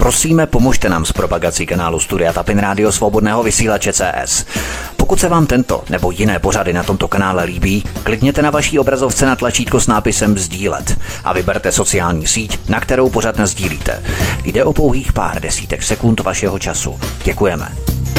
Prosíme, pomožte nám s propagací kanálu Studia Tapin Rádio Svobodného vysílače CS. Pokud se vám tento nebo jiné pořady na tomto kanále líbí, klikněte na vaší obrazovce na tlačítko s nápisem sdílet a vyberte sociální síť, na kterou pořad nasdílíte. Jde o pouhých pár desítek sekund vašeho času. Děkujeme.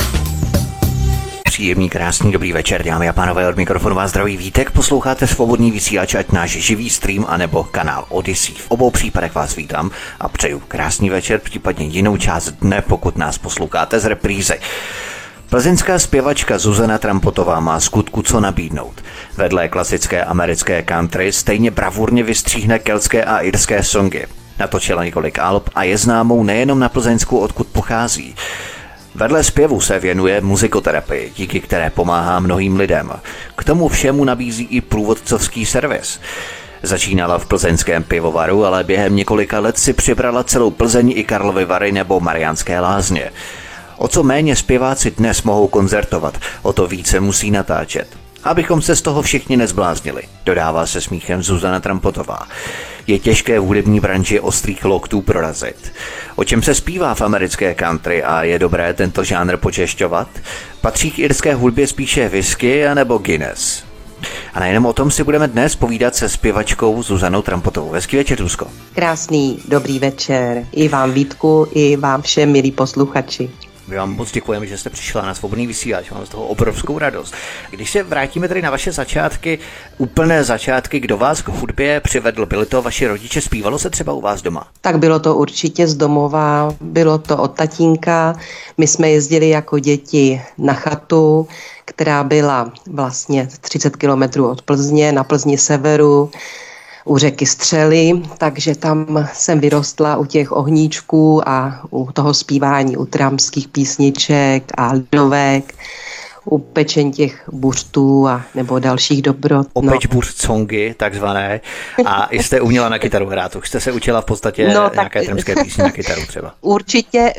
Příjemný, krásný, dobrý večer, dámy a pánové, od mikrofonu vás zdraví Vítek, posloucháte Svobodný vysílač, ať náš živý stream, anebo kanál Odyssey. V obou případech vás vítám a přeju krásný večer, případně jinou část dne, pokud nás posloucháte z reprízy. Plzeňská zpěvačka Zuzana Trampotová má skutku co nabídnout. Vedle klasické americké country stejně bravurně vystříhne keltské a irské songy. Natočila několik alb a je známou nejenom na Plzeňsku, odkud pochází. Vedle zpěvu se věnuje muzikoterapii, díky které pomáhá mnohým lidem. K tomu všemu nabízí i průvodcovský servis. Začínala v plzeňském pivovaru, ale během několika let si přibrala celou Plzeň i Karlovy Vary nebo Mariánské Lázně. O co méně zpěváci dnes mohou koncertovat, o to více musí natáčet. Abychom se z toho všichni nezbláznili, dodává se smíchem Zuzana Trampotová. Je těžké v hudební branži ostrých loktů prorazit. O čem se zpívá v americké country a je dobré tento žánr počešťovat? Patří k irské hudbě spíše whisky anebo Guinness? A nejenom o tom si budeme dnes povídat se zpěvačkou Zuzanou Trampotovou. Hezký večer, Zuzko. Krásný, dobrý večer. I vám, Vítku, i vám všem, milí posluchači. My vám moc děkujeme, že jste přišla na Svobodný vysílač, mám z toho obrovskou radost. Když se vrátíme tady na vaše začátky, úplné začátky, kdo vás k hudbě přivedl, byli to vaši rodiče, zpívalo se třeba u vás doma? Tak bylo to určitě z domova, bylo to od tatínka, my jsme jezdili jako děti na chatu, která byla vlastně 30 kilometrů od Plzně, na Plzni severu, u řeky Střely, takže tam jsem vyrostla u těch ohníčků a u toho zpívání, u tramských písniček a lidovek, u pečení těch buřtů a nebo dalších dobrot. Opeč buřtsongy, takzvané. A jste uměla na kytaru hrát, už jste se učila v podstatě nějaké tramské písně na kytaru třeba. Určitě,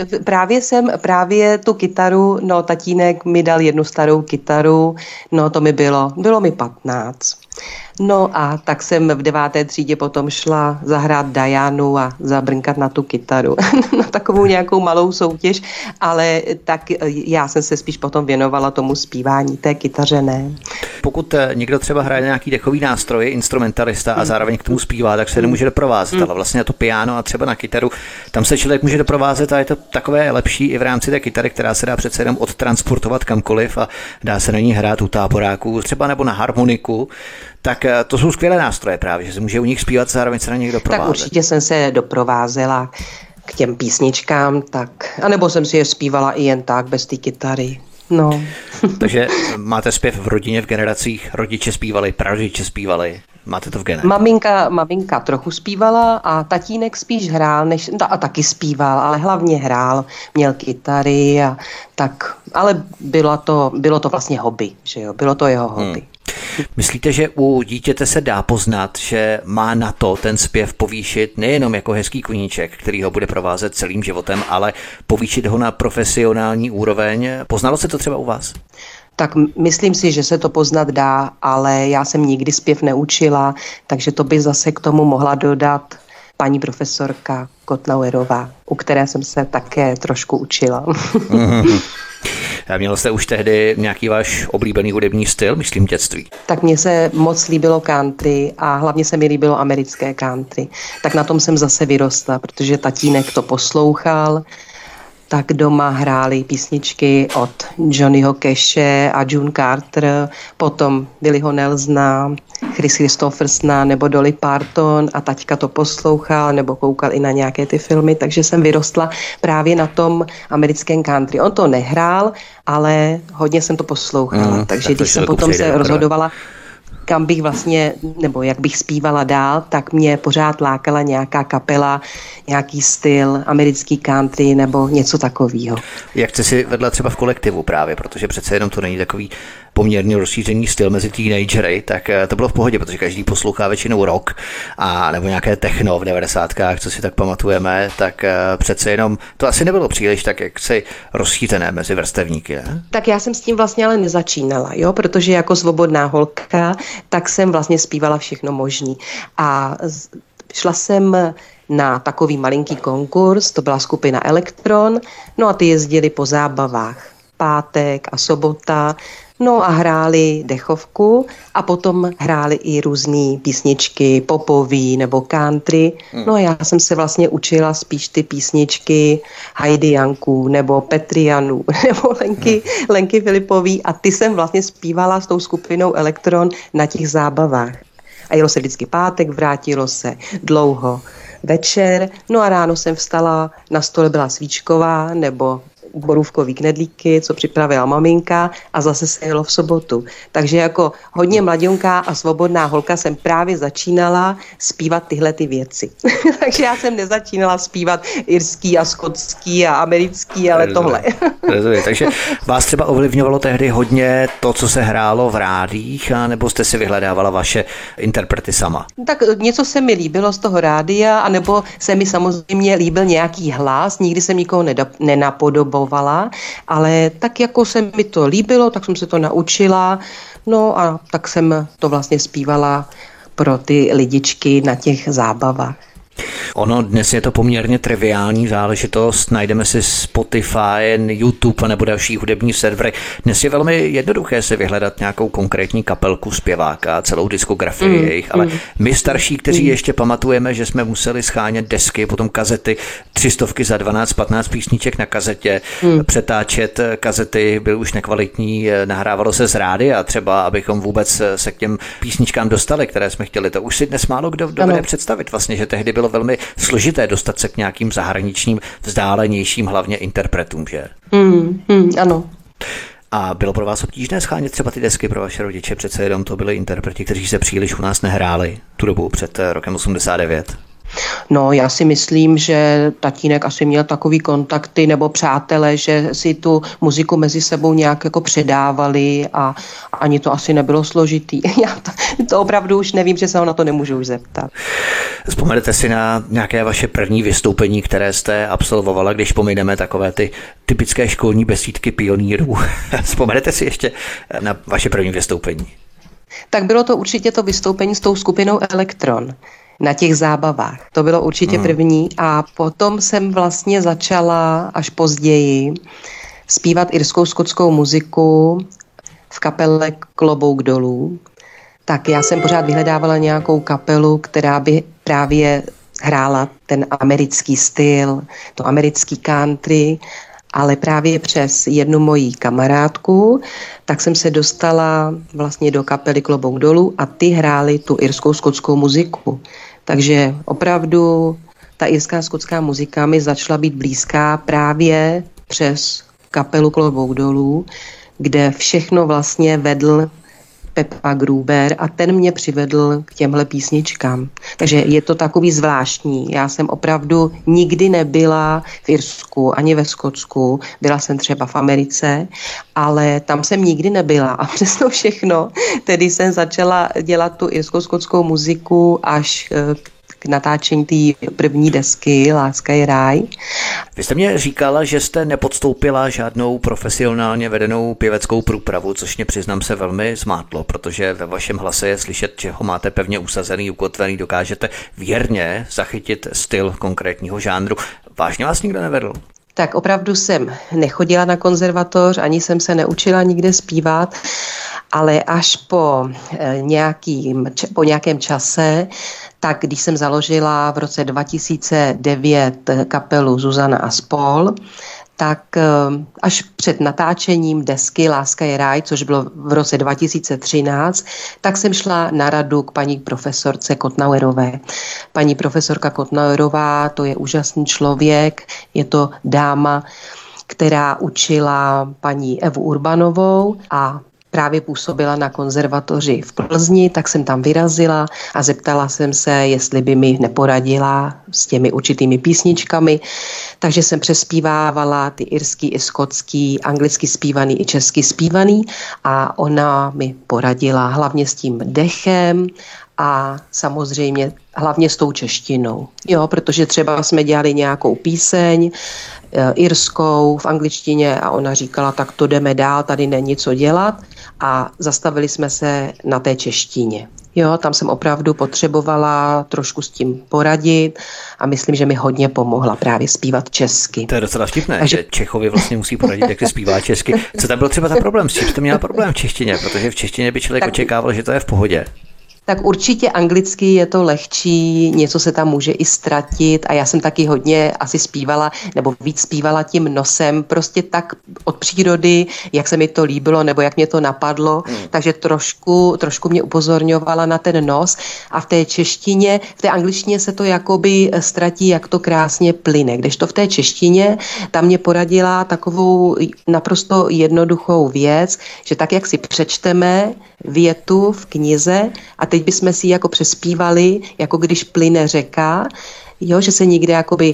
právě tu kytaru, tatínek mi dal jednu starou kytaru, to mi bylo mi 15. No a tak jsem v 9. třídě potom šla zahrát Dianu a zabrnkat na tu kytaru. Na takovou nějakou malou soutěž, ale tak já jsem se spíš potom věnovala tomu zpívání, té kytaře ne. Pokud někdo třeba hraje nějaký dechový nástroj, instrumentalista a zároveň k tomu zpívá, tak se nemůže doprovázet, ale vlastně na to piano a třeba na kytaru, tam se člověk může doprovázet a je to takové lepší i v rámci té kytary, která se dá přece jenom odtransportovat kamkoliv a dá se na ní hrát u táboráků, třeba nebo na harmoniku. Tak to jsou skvělé nástroje právě, že se může u nich zpívat, zároveň se na nich doprovázet. Tak určitě jsem se doprovázela k těm písničkám, anebo jsem si je zpívala i jen tak, bez té kytary. No. Takže máte zpěv v rodině, v generacích, rodiče zpívali, prarodiče zpívali, máte to v genech? Maminka trochu zpívala a tatínek spíš hrál, a taky zpíval, ale hlavně hrál, měl kytary a tak, ale bylo to vlastně hobby, že jo, bylo to jeho hobby. Myslíte, že u dítěte se dá poznat, že má na to ten zpěv povýšit nejenom jako hezký koníček, který ho bude provázet celým životem, ale povýšit ho na profesionální úroveň? Poznalo se to třeba u vás? Tak myslím si, že se to poznat dá, ale já jsem nikdy zpěv neučila, takže to by zase k tomu mohla dodat paní profesorka Kotnauerová, u které jsem se také trošku učila. Měl jste už tehdy nějaký váš oblíbený hudební styl, myslím dětství? Tak mně se moc líbilo country a hlavně se mi líbilo americké country. Tak na tom jsem zase vyrostla, protože tatínek to poslouchal, tak doma hráli písničky od Johnnyho Cashe a June Carter, potom Willyho Nelsona, Chris Christophersona nebo Dolly Parton a taťka to poslouchal nebo koukal i na nějaké ty filmy, takže jsem vyrostla právě na tom americkém country. On to nehrál, ale hodně jsem to poslouchala, takže když jsem potom se rozhodovala, kam bych vlastně, nebo jak bych zpívala dál, tak mě pořád lákala nějaká kapela, nějaký styl, americký country nebo něco takového. Jak jste si vedla třeba v kolektivu právě, protože přece jenom to není takový poměrně rozšířený styl mezi teenagery, tak to bylo v pohodě, protože každý poslouchá většinou rock a nebo nějaké techno v 90kách, co si tak pamatujeme, tak přece jenom to asi nebylo příliš tak jaksi rozšířené mezi vrstevníky, ne? Tak já jsem s tím vlastně ale nezačínala, jo, protože jako svobodná holka, tak jsem vlastně zpívala všechno možný. A šla jsem na takový malinký konkurs, to byla skupina Elektron, no a ty jezdili po zábavách. Pátek a sobota, no a hráli dechovku a potom hráli i různé písničky, popový nebo country. No a já jsem se vlastně učila spíš ty písničky Heidi Janků nebo Petry Janů nebo Lenky Filipový a ty jsem vlastně zpívala s tou skupinou Elektron na těch zábavách. A jelo se vždycky pátek, vrátilo se dlouho večer, no a ráno jsem vstala, na stole byla svíčková nebo borůvkový knedlíky, co připravila maminka a zase se jelo v sobotu. Takže jako hodně mladionká a svobodná holka jsem právě začínala zpívat tyhle ty věci. Takže já jsem nezačínala zpívat irský a skotský a americký, ale tohle. Takže vás třeba ovlivňovalo tehdy hodně to, co se hrálo v rádiích, nebo jste si vyhledávala vaše interprety sama? Tak něco se mi líbilo z toho rádia, anebo se mi samozřejmě líbil nějaký hlas, nikdy jsem nikoho nenapodobovala, ale tak jako se mi to líbilo, tak jsem se to naučila, no a tak jsem to vlastně zpívala pro ty lidičky na těch zábavách. Ono dnes je to poměrně triviální záležitost, najdeme si Spotify, YouTube nebo další hudební servery. Dnes je velmi jednoduché si vyhledat nějakou konkrétní kapelku, zpěváka, celou diskografii jejich, ale my starší, kteří ještě pamatujeme, že jsme museli schánět desky, potom kazety, 300 za 12-15 písniček na kazetě, přetáčet kazety, byly už nekvalitní, nahrávalo se z rádia třeba, abychom vůbec se k těm písničkám dostali, které jsme chtěli. To už si dnes málo kdo dovede představit vlastně, že tehdy bylo velmi složité dostat se k nějakým zahraničním, vzdálenějším hlavně interpretům, že? Ano. A bylo pro vás obtížné schánět třeba ty desky pro vaše rodiče? Přece jenom to byli interpreti, kteří se příliš u nás nehráli tu dobu před rokem 89. No, já si myslím, že tatínek asi měl takový kontakty nebo přátelé, že si tu muziku mezi sebou nějak jako předávali a ani to asi nebylo složitý. Já to opravdu už nevím, že se ho na to nemůžu už zeptat. Vzpomenete si na nějaké vaše první vystoupení, které jste absolvovala, když pomineme takové ty typické školní besídky pionýrů? Vzpomenete si ještě na vaše první vystoupení? Tak bylo to určitě to vystoupení s tou skupinou Elektron na těch zábavách. To bylo určitě první a potom jsem vlastně začala až později zpívat irskou skotskou muziku v kapele Klobouk dolů. Tak já jsem pořád vyhledávala nějakou kapelu, která by právě hrála ten americký styl, to americký country, ale právě přes jednu moji kamarádku, tak jsem se dostala vlastně do kapely Klobouk dolů a ty hráli tu irskou skotskou muziku. Takže opravdu ta irská skotská muzika mi začala být blízká právě přes kapelu Klobouk dolů, kde všechno vlastně vedl Pepa Gruber a ten mě přivedl k těmhle písničkám. Takže je to takový zvláštní. Já jsem opravdu nikdy nebyla v Irsku, ani ve Skotsku. Byla jsem třeba v Americe, ale tam jsem nikdy nebyla. A přesto všechno, tedy jsem začala dělat tu irskou skotskou muziku až k natáčení té první desky Láska je ráj. Vy jste mě říkala, že jste nepodstoupila žádnou profesionálně vedenou pěveckou průpravu, což mě přiznám se velmi zmátlo, protože ve vašem hlase je slyšet, že ho máte pevně usazený, ukotvený, dokážete věrně zachytit styl konkrétního žánru. Vážně vás nikdo nevedl? Tak opravdu jsem nechodila na konzervatoř, ani jsem se neučila nikde zpívat, ale až po nějakém čase, tak když jsem založila v roce 2009 kapelu Zuzana a spol, tak až před natáčením desky Láska je ráj, což bylo v roce 2013, tak jsem šla na radu k paní profesorce Kotnauerové. Paní profesorka Kotnauerová, to je úžasný člověk, je to dáma, která učila paní Evu Urbanovou a právě působila na konzervatoři v Plzni, tak jsem tam vyrazila a zeptala jsem se, jestli by mi neporadila s těmi určitými písničkami. Takže jsem přespívávala ty irský i skotský, anglicky zpívaný i česky zpívaný a ona mi poradila hlavně s tím dechem a samozřejmě hlavně s tou češtinou. Jo, protože třeba jsme dělali nějakou píseň irskou v angličtině a ona říkala, tak to jdeme dál, tady není co dělat a zastavili jsme se na té češtině. Jo, tam jsem opravdu potřebovala trošku s tím poradit a myslím, že mi hodně pomohla právě zpívat česky. To je docela vtipné, že Čechovi vlastně musí poradit, jak se zpívá česky. Co tam byl třeba za problém? S čím jste měla problém v češtině? Protože v češtině by člověk očekával, že to je v pohodě. Tak určitě anglicky je to lehčí, něco se tam může i ztratit a já jsem taky hodně asi zpívala, nebo víc zpívala tím nosem, prostě tak od přírody, jak se mi to líbilo, nebo jak mě to napadlo, takže trošku mě upozorňovala na ten nos a v té češtině, v té angličtině se to jakoby ztratí, jak to krásně plyne, kdežto v té češtině tam mě poradila takovou naprosto jednoduchou věc, že tak, jak si přečteme větu v knize a teď bychom si ji jako přespívali, jako když plyne řeka, jo, že se nikde jakoby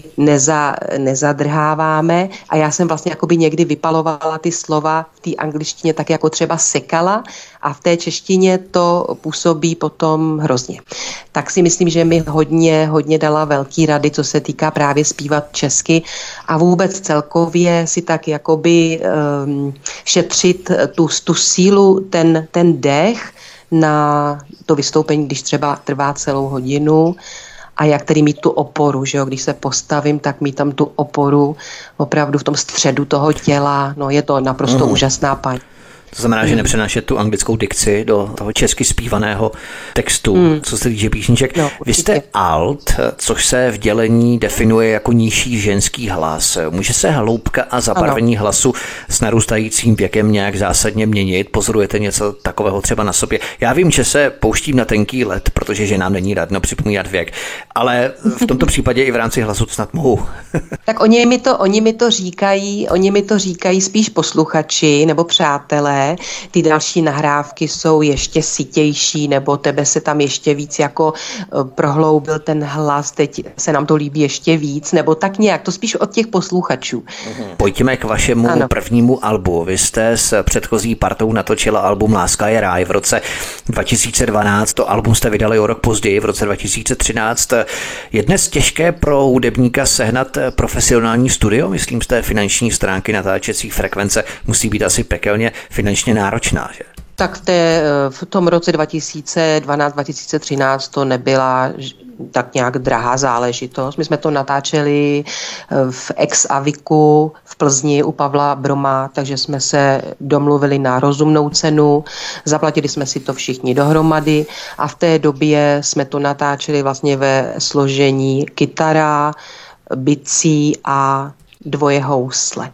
nezadrháváme a já jsem vlastně jakoby někdy vypalovala ty slova v té angličtině tak jako třeba sekala a v té češtině to působí potom hrozně. Tak si myslím, že mi hodně dala velký rady, co se týká právě zpívat česky a vůbec celkově si tak jakoby šetřit tu sílu, ten dech na to vystoupení, když třeba trvá celou hodinu a jak tedy mít tu oporu, že jo? Když se postavím, tak mít tam tu oporu opravdu v tom středu toho těla, no je to naprosto úžasná paní. To znamená, že nepřenášet tu anglickou dikci do toho česky zpívaného textu, co se týče písniček. No, vy jste alt, což se v dělení definuje jako nižší ženský hlas. Může se hloubka a zabarvení hlasu s narůstajícím věkem nějak zásadně měnit? Pozorujete něco takového třeba na sobě? Já vím, že se pouštím na tenký led, protože ženám není radno připomínat věk, ale v tomto případě i v rámci hlasu snad mohu. Tak oni mi to říkají spíš posluchači nebo přátelé. Ty další nahrávky jsou ještě sytější, nebo tebe se tam ještě víc jako prohloubil ten hlas, teď se nám to líbí ještě víc, nebo tak nějak, to spíš od těch posluchačů. Pojďme k vašemu prvnímu albu. Vy jste s předchozí partou natočila album Láska je ráj v roce 2012, to album jste vydali o rok později, v roce 2013. Je dnes těžké pro hudebníka sehnat profesionální studio? Myslím, z té finanční stránky natáčecí frekvence musí být asi pekelně finančně náročná, že? Tak v tom roce 2012-2013 to nebyla tak nějak drahá záležitost. My jsme to natáčeli v ex-Aviku v Plzni u Pavla Broma, takže jsme se domluvili na rozumnou cenu, zaplatili jsme si to všichni dohromady a v té době jsme to natáčeli vlastně ve složení kytara, bicí a dvoje housle.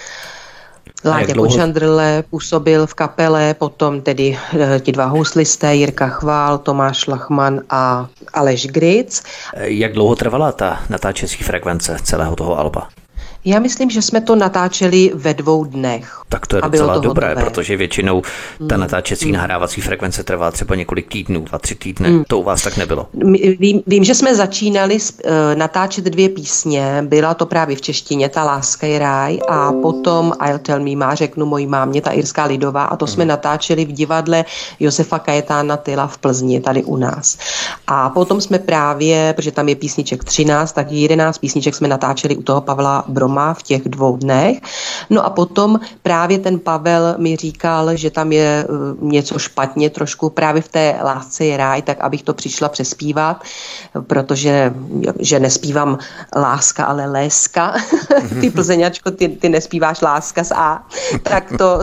Láďa Počandrle působil v kapele, potom tedy ti dva houslisté, Jirka Chvál, Tomáš Lachman a Aleš Gric. Jak dlouho trvala ta natáčecí frekvence celého toho alba? Já myslím, že jsme to natáčeli ve 2 dnech. Tak to je docela dobré, protože většinou ta natáčecí nahrávací frekvence trvá třeba několik týdnů, 2-3 týdny. To u vás tak nebylo? Vím, že jsme začínali natáčet 2 písně. Byla to právě v češtině, ta Láska je ráj a potom I'll tell me má, řeknu mojí mámě, ta irská lidová a to jsme natáčeli v divadle Josefa Kajetána Tyla v Plzni, tady u nás. A potom jsme právě, protože tam je písniček 13, tak 11 písniček jsme natáčeli u toho Pavla Broma v těch 2 dnech. No a potom právě ten Pavel mi říkal, že tam je něco špatně trošku právě v té Lásce je ráj, tak abych to přišla přespívat, protože že nespívám láska, ale léska. Ty Plzeňačko, ty nespíváš láska s A. Tak to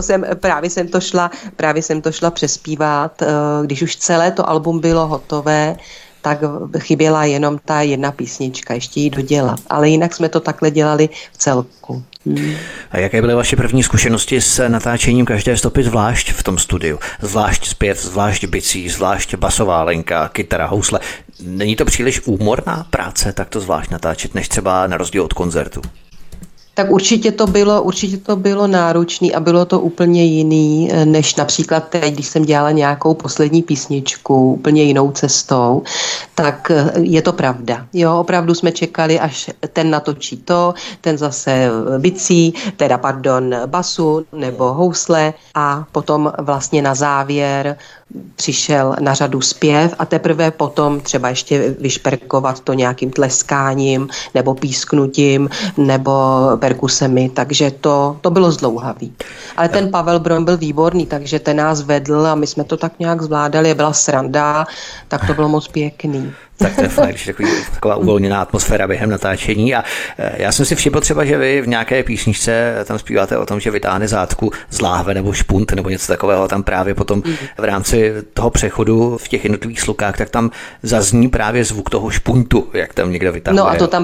právě jsem to šla přespívat, když už celé to album bylo hotové, tak chyběla jenom ta jedna písnička, ještě ji dodělat. Ale jinak jsme to takhle dělali v celku. A jaké byly vaše první zkušenosti s natáčením každé stopy zvlášť v tom studiu? Zvlášť zpěv, zvlášť bicí, zvlášť basová linka, kytara, housle. Není to příliš úmorná práce takto zvlášť natáčet, než třeba na rozdíl od koncertu? Tak určitě to bylo náročné a bylo to úplně jiný, než například teď, když jsem dělala nějakou poslední písničku úplně jinou cestou, tak je to pravda. Jo, opravdu jsme čekali, až ten natočí to, ten zase bicí, basu nebo housle a potom vlastně na závěr přišel na řadu zpěv a teprve potom třeba ještě vyšperkovat to nějakým tleskáním nebo písknutím nebo perkusemi, takže to bylo zdlouhavý. Ale ten Pavel Brom byl výborný, takže ten nás vedl a my jsme to tak nějak zvládali, byla sranda, tak to bylo moc pěkný. Tak to je fajn, že taková uvolněná atmosféra během natáčení. A já jsem si všiml třeba, že vy v nějaké písničce tam zpíváte o tom, že vytáhne zátku z láhve nebo špunt nebo něco takového. Tam právě potom v rámci toho přechodu v těch jednotlivých slukách, tak tam zazní právě zvuk toho špuntu, jak tam někdo vytahuje. No a to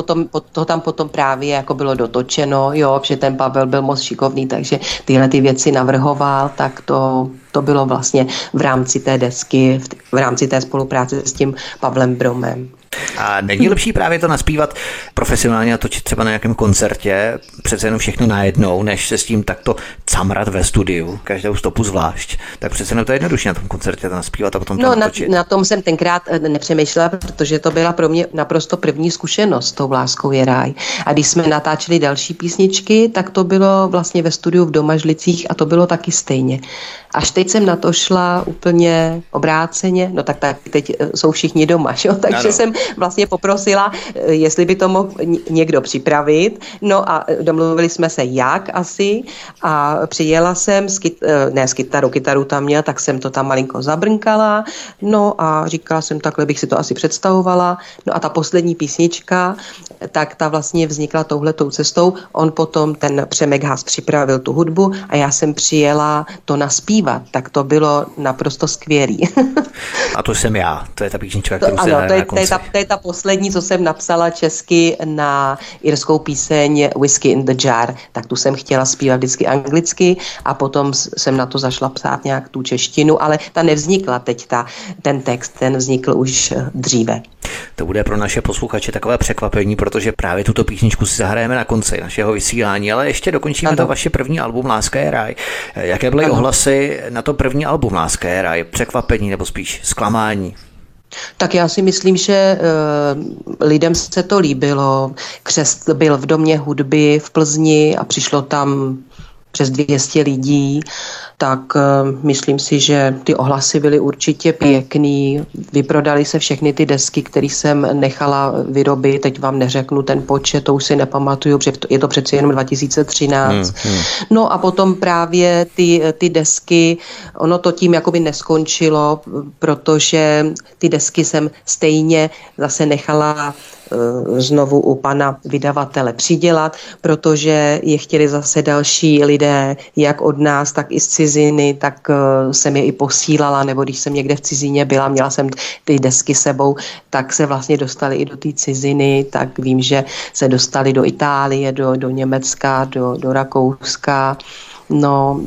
tam potom právě jako bylo dotočeno, jo, že ten Pavel byl moc šikovný, takže tyhle ty věci navrhoval, tak to bylo vlastně v rámci té desky, v rámci té spolupráce s tím Pavlem Bromem. A není lepší právě to naspívat profesionálně a točit třeba na nějakém koncertě, přece jenom všechno najednou, než se s tím takto camrat ve studiu, každou stopu zvlášť. Tak přece jenom to je jednodušší na tom koncertě to naspívat a potom to natočit. Na tom jsem tenkrát nepřemýšlela, protože to byla pro mě naprosto první zkušenost s tou Láskou je ráj. A když jsme natáčeli další písničky, tak to bylo vlastně ve studiu v Domažlicích a to bylo taky stejně. Až teď jsem na to šla úplně obráceně, no tak teď jsou všichni doma, jo? Takže jsem vlastně poprosila, jestli by to mohl někdo připravit, no a domluvili jsme se jak asi a přijela jsem s kytaru tam měla, tak jsem to tam malinko zabrnkala, no a říkala jsem, takhle bych si to asi představovala, no a ta poslední písnička, tak ta vlastně vznikla touhletou cestou, on potom ten Přemek Haas připravil tu hudbu a já jsem přijela to naspívat, tak to bylo naprosto skvělý. A to jsem já, to je ta písnička, kterou se hraje na konci. To je ta poslední, co jsem napsala česky na irskou píseň Whiskey in the Jar, tak tu jsem chtěla zpívat vždycky anglicky a potom jsem na to zašla psát nějak tu češtinu, ale ta nevznikla teď, ten text, ten vznikl už dříve. To bude pro naše posluchače takové překvapení, protože právě tuto písničku si zahrajeme na konci našeho vysílání, ale ještě dokončíme to vaše první album Láska je ráj. Jaké byly ohlasy na to první album Láska je ráj? Překvapení nebo spíš zklamání? Tak já si myslím, že lidem se to líbilo. Křest byl v Domě hudby v Plzni a přišlo tam přes 200 lidí, tak myslím si, že ty ohlasy byly určitě pěkný. Vyprodaly se všechny ty desky, které jsem nechala vyrobit. Teď vám neřeknu ten počet, to už si nepamatuju, protože je to přeci jenom 2013. No a potom právě ty desky, ono to tím jakoby neskončilo, protože ty desky jsem stejně zase nechala znovu u pana vydavatele přidělat, protože je chtěli zase další lidé, jak od nás, tak i z ciziny, tak jsem je i posílala, nebo když jsem někde v cizině byla, měla jsem ty desky sebou, tak se vlastně dostali i do té ciziny, tak vím, že se dostali do Itálie, do Německa, do Rakouska. No,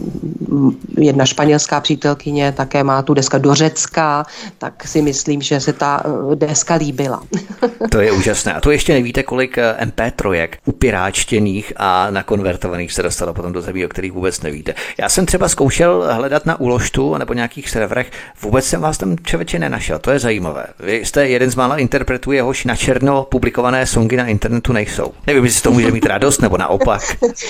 jedna španělská přítelkyně také má tu deska do Řecka, tak si myslím, že se ta deska líbila. To je úžasné. A to ještě nevíte, kolik MP3 upíráčtěných a nakonvertovaných se dostalo potom do zemí, o kterých vůbec nevíte. Já jsem třeba zkoušel hledat na Uložtu nebo nějakých serverech, vůbec jsem vás tam člověče nenašel, to je zajímavé. Vy jste jeden z mála interpretů, jehož na černo publikované songy na internetu nejsou. Nevím, jestli to může mít radost nebo naopak.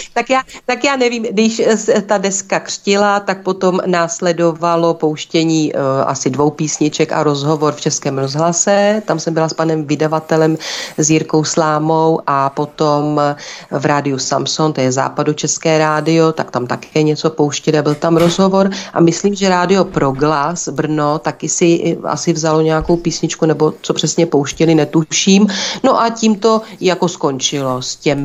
tak já nevím, když ta deska křtila, tak potom následovalo pouštění asi 2 písniček a rozhovor v Českém rozhlase. Tam jsem byla s panem vydavatelem, s Jirkou Slámou a potom v rádiu Samson, to je západočeské rádio, tak tam také něco pouštěli a byl tam rozhovor a myslím, že rádio Proglas Brno taky si asi vzalo nějakou písničku nebo co přesně pouštěli, netuším. No a tím to jako skončilo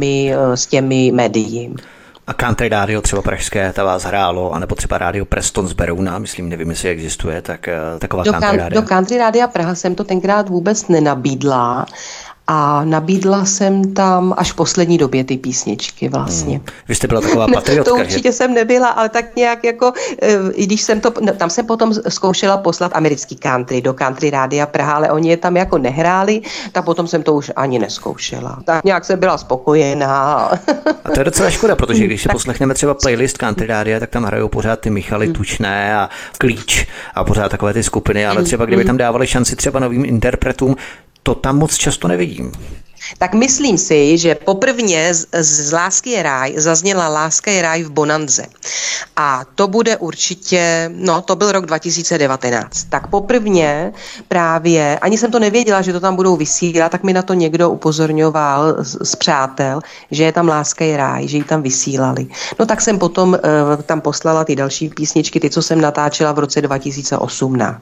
s těmi médií. A country rádio třeba pražské, ta vás hrálo, anebo třeba rádio Preston z Berouna, myslím, nevím, jestli existuje, tak taková country rádia. Do country rádia Praha jsem to tenkrát vůbec nenabídla. A nabídla jsem tam až v poslední době ty písničky vlastně. Vy jste byla taková patriotka, to určitě jsem nebyla, ale tak nějak jako, i když jsem tam jsem potom zkoušela poslat americký country do country rádia Praha, ale oni je tam jako nehráli, tak potom jsem to už ani neskoušela. Tak nějak jsem byla spokojená. A to je docela škoda, protože když si poslechneme třeba playlist country rádia, tak tam hrajou pořád ty Michaly Tučné a Klíč a pořád takové ty skupiny, ale třeba kdyby tam dávali šanci třeba novým interpretům, to tam moc často nevidím. Tak myslím si, že poprvně z Lásky je ráj zazněla Láska je ráj v Bonanze. A to bude určitě, to byl rok 2019. Tak poprvně právě, ani jsem to nevěděla, že to tam budou vysílat, tak mi na to někdo upozorňoval z přátel, že je tam Láska je ráj, že ji tam vysílali. No tak jsem potom tam poslala ty další písničky, ty, co jsem natáčela v roce 2018.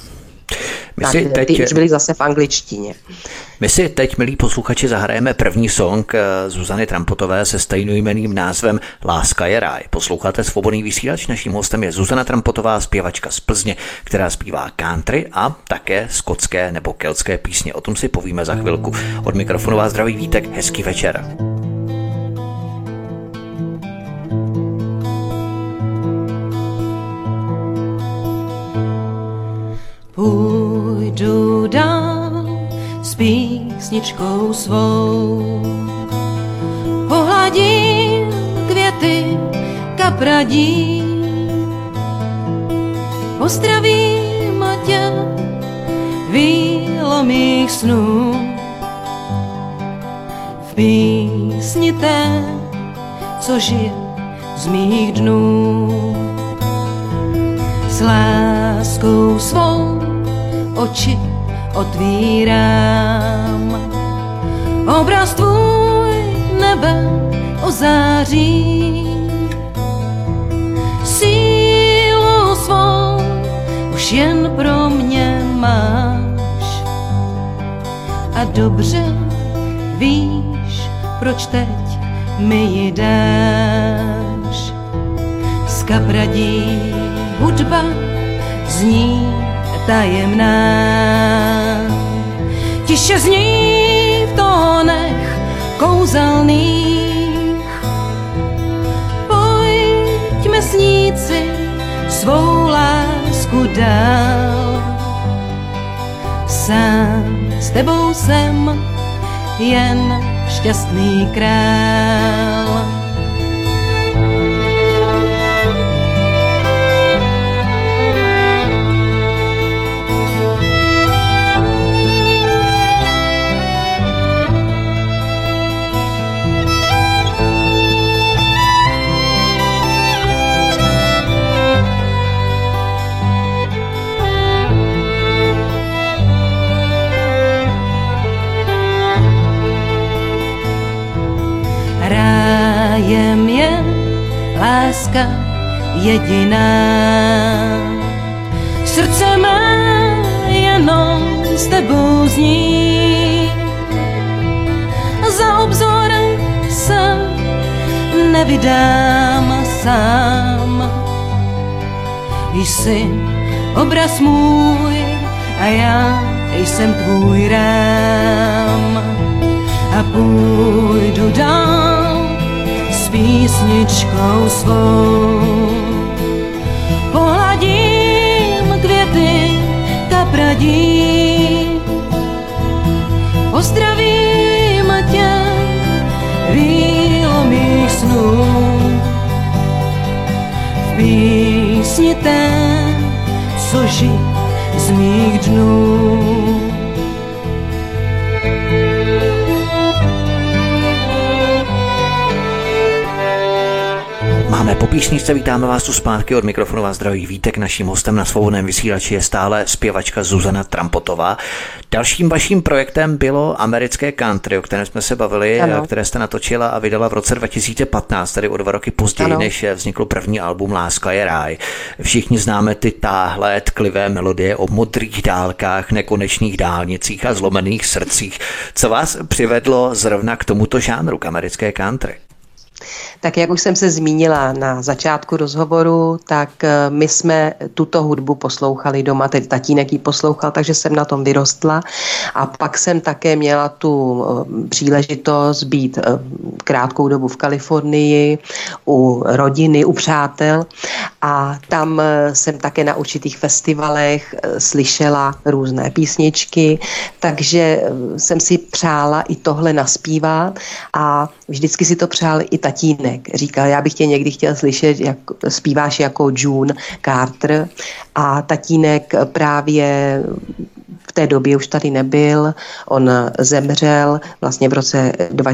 Ty už byly zase v angličtině. My si teď, milí posluchači, zahrajeme první song Zuzany Trampotové se stejnojmenným názvem Láska je ráj. Posloucháte Svobodný vysílač, naším hostem je Zuzana Trampotová, zpěvačka z Plzně, která zpívá country a také skotské nebo keltské písně. O tom si povíme za chvilku. Od mikrofonu vás zdraví Vítek, hezký večer. Půjdu dál s písničkou svou, pohladím květy kapradí, pozdravím tě vílo mých snů, v písni té, co žije z mých dnů. S láskou svou oči otvírám, obraz tvůj nebe ozáří, sílu svou už jen pro mě máš a dobře víš, proč teď mi ji dáš. Z kapradí hudba zní tajemná, tiše zní v tónech kouzelných. Pojďme snít si svou lásku dál, sám s tebou jsem jen šťastný král. Rájem je láska jediná, srdce mé jenom s tebou zní. Za obzor se nevydám sám, jsi obraz můj a já jsem tvůj rám. A půjdu dál s písničkou svou, pohladím květy kapradí, pozdravím tě vílo mých snů, v písni té, co žije z mých dnů. Máme po písničce, vítáme vás tu zpátky, od mikrofonu vás zdraví Vítek, naším hostem na Svobodném vysílači je stále zpěvačka Zuzana Trampotová. Dalším vaším projektem bylo americké country, o kterém jsme se bavili, které jste natočila a vydala v roce 2015, tedy o 2 roky později, než vznikl první album Láska je ráj. Všichni známe ty táhlé, tklivé melodie o modrých dálkách, nekonečných dálnicích a zlomených srdcích. Co vás přivedlo zrovna k tomuto žánru, k americké country? Tak jak už jsem se zmínila na začátku rozhovoru, tak my jsme tuto hudbu poslouchali doma, tedy tatínek ji poslouchal, takže jsem na tom vyrostla a pak jsem také měla tu příležitost být krátkou dobu v Kalifornii u rodiny, u přátel a tam jsem také na určitých festivalech slyšela různé písničky, takže jsem si přála i tohle naspívat a vždycky si to přál i tatínek. Říkal, já bych tě někdy chtěl slyšet, jak zpíváš jako June Carter a tatínek právě v té době už tady nebyl, on zemřel vlastně v roce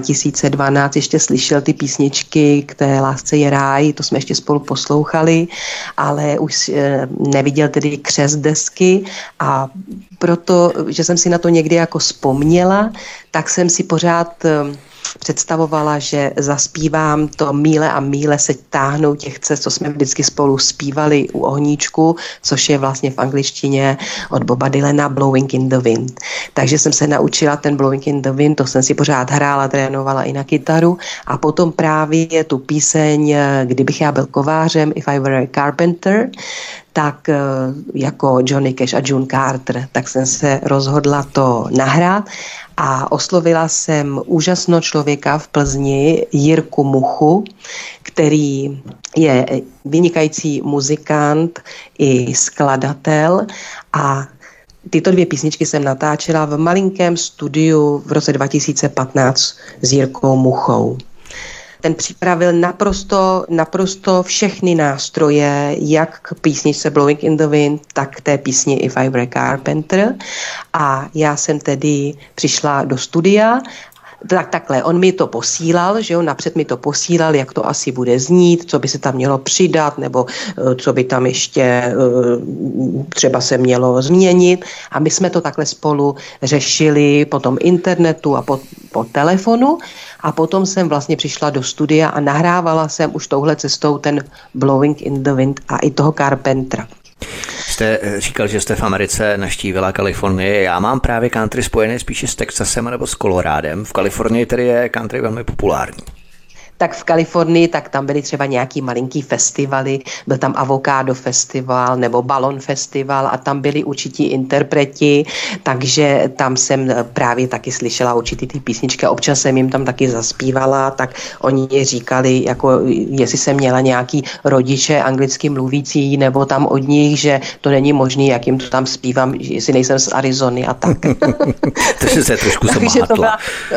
2012, ještě slyšel ty písničky K té lásce je ráj, to jsme ještě spolu poslouchali, ale už neviděl tedy křest desky a proto, že jsem si na to někdy jako vzpomněla, tak jsem si pořád představovala, že zaspívám to Míle a míle se táhnou těch cest, co jsme vždycky spolu zpívali u ohníčku, což je vlastně v angličtině od Boba Dylana Blowing in the Wind. Takže jsem se naučila ten Blowing in the Wind, to jsem si pořád hrála, trénovala i na kytaru a potom právě tu píseň Kdybych já byl kovářem, If I Were a Carpenter, tak jako Johnny Cash a June Carter, tak jsem se rozhodla to nahrát a oslovila jsem úžasného člověka v Plzni, Jirku Muchu, který je vynikající muzikant i skladatel a tyto dvě písničky jsem natáčela v malinkém studiu v roce 2015 s Jirkou Muchou. Ten připravil naprosto všechny nástroje, jak k písničce Blowing in the Wind, tak k té písni If I Were a Carpenter. A já jsem tedy přišla do studia. Takhle, on mi to posílal, že jo, napřed mi to posílal, jak to asi bude znít, co by se tam mělo přidat, nebo co by tam ještě třeba se mělo změnit. A my jsme to takhle spolu řešili po tom internetu a po telefonu. A potom jsem vlastně přišla do studia a nahrávala jsem už touhle cestou ten Blowing in the Wind a i toho Carpentera. Jste říkal, že jste v Americe navštívila Kalifornii. Já mám právě country spojené spíše s Texasem nebo s Colorádem. V Kalifornii tedy je country velmi populární. Tak v Kalifornii, tak tam byly třeba nějaký malinký festivaly, byl tam Avocado festival nebo Balon festival a tam byli určití interpreti, takže tam jsem právě taky slyšela určitý ty písničky, občas jsem jim tam taky zaspívala, tak oni říkali, jako jestli jsem měla nějaký rodiče anglicky mluvící, nebo tam od nich, že to není možný, jak jim to tam zpívám, jestli nejsem z Arizony a tak. Takže se trošku zamátla.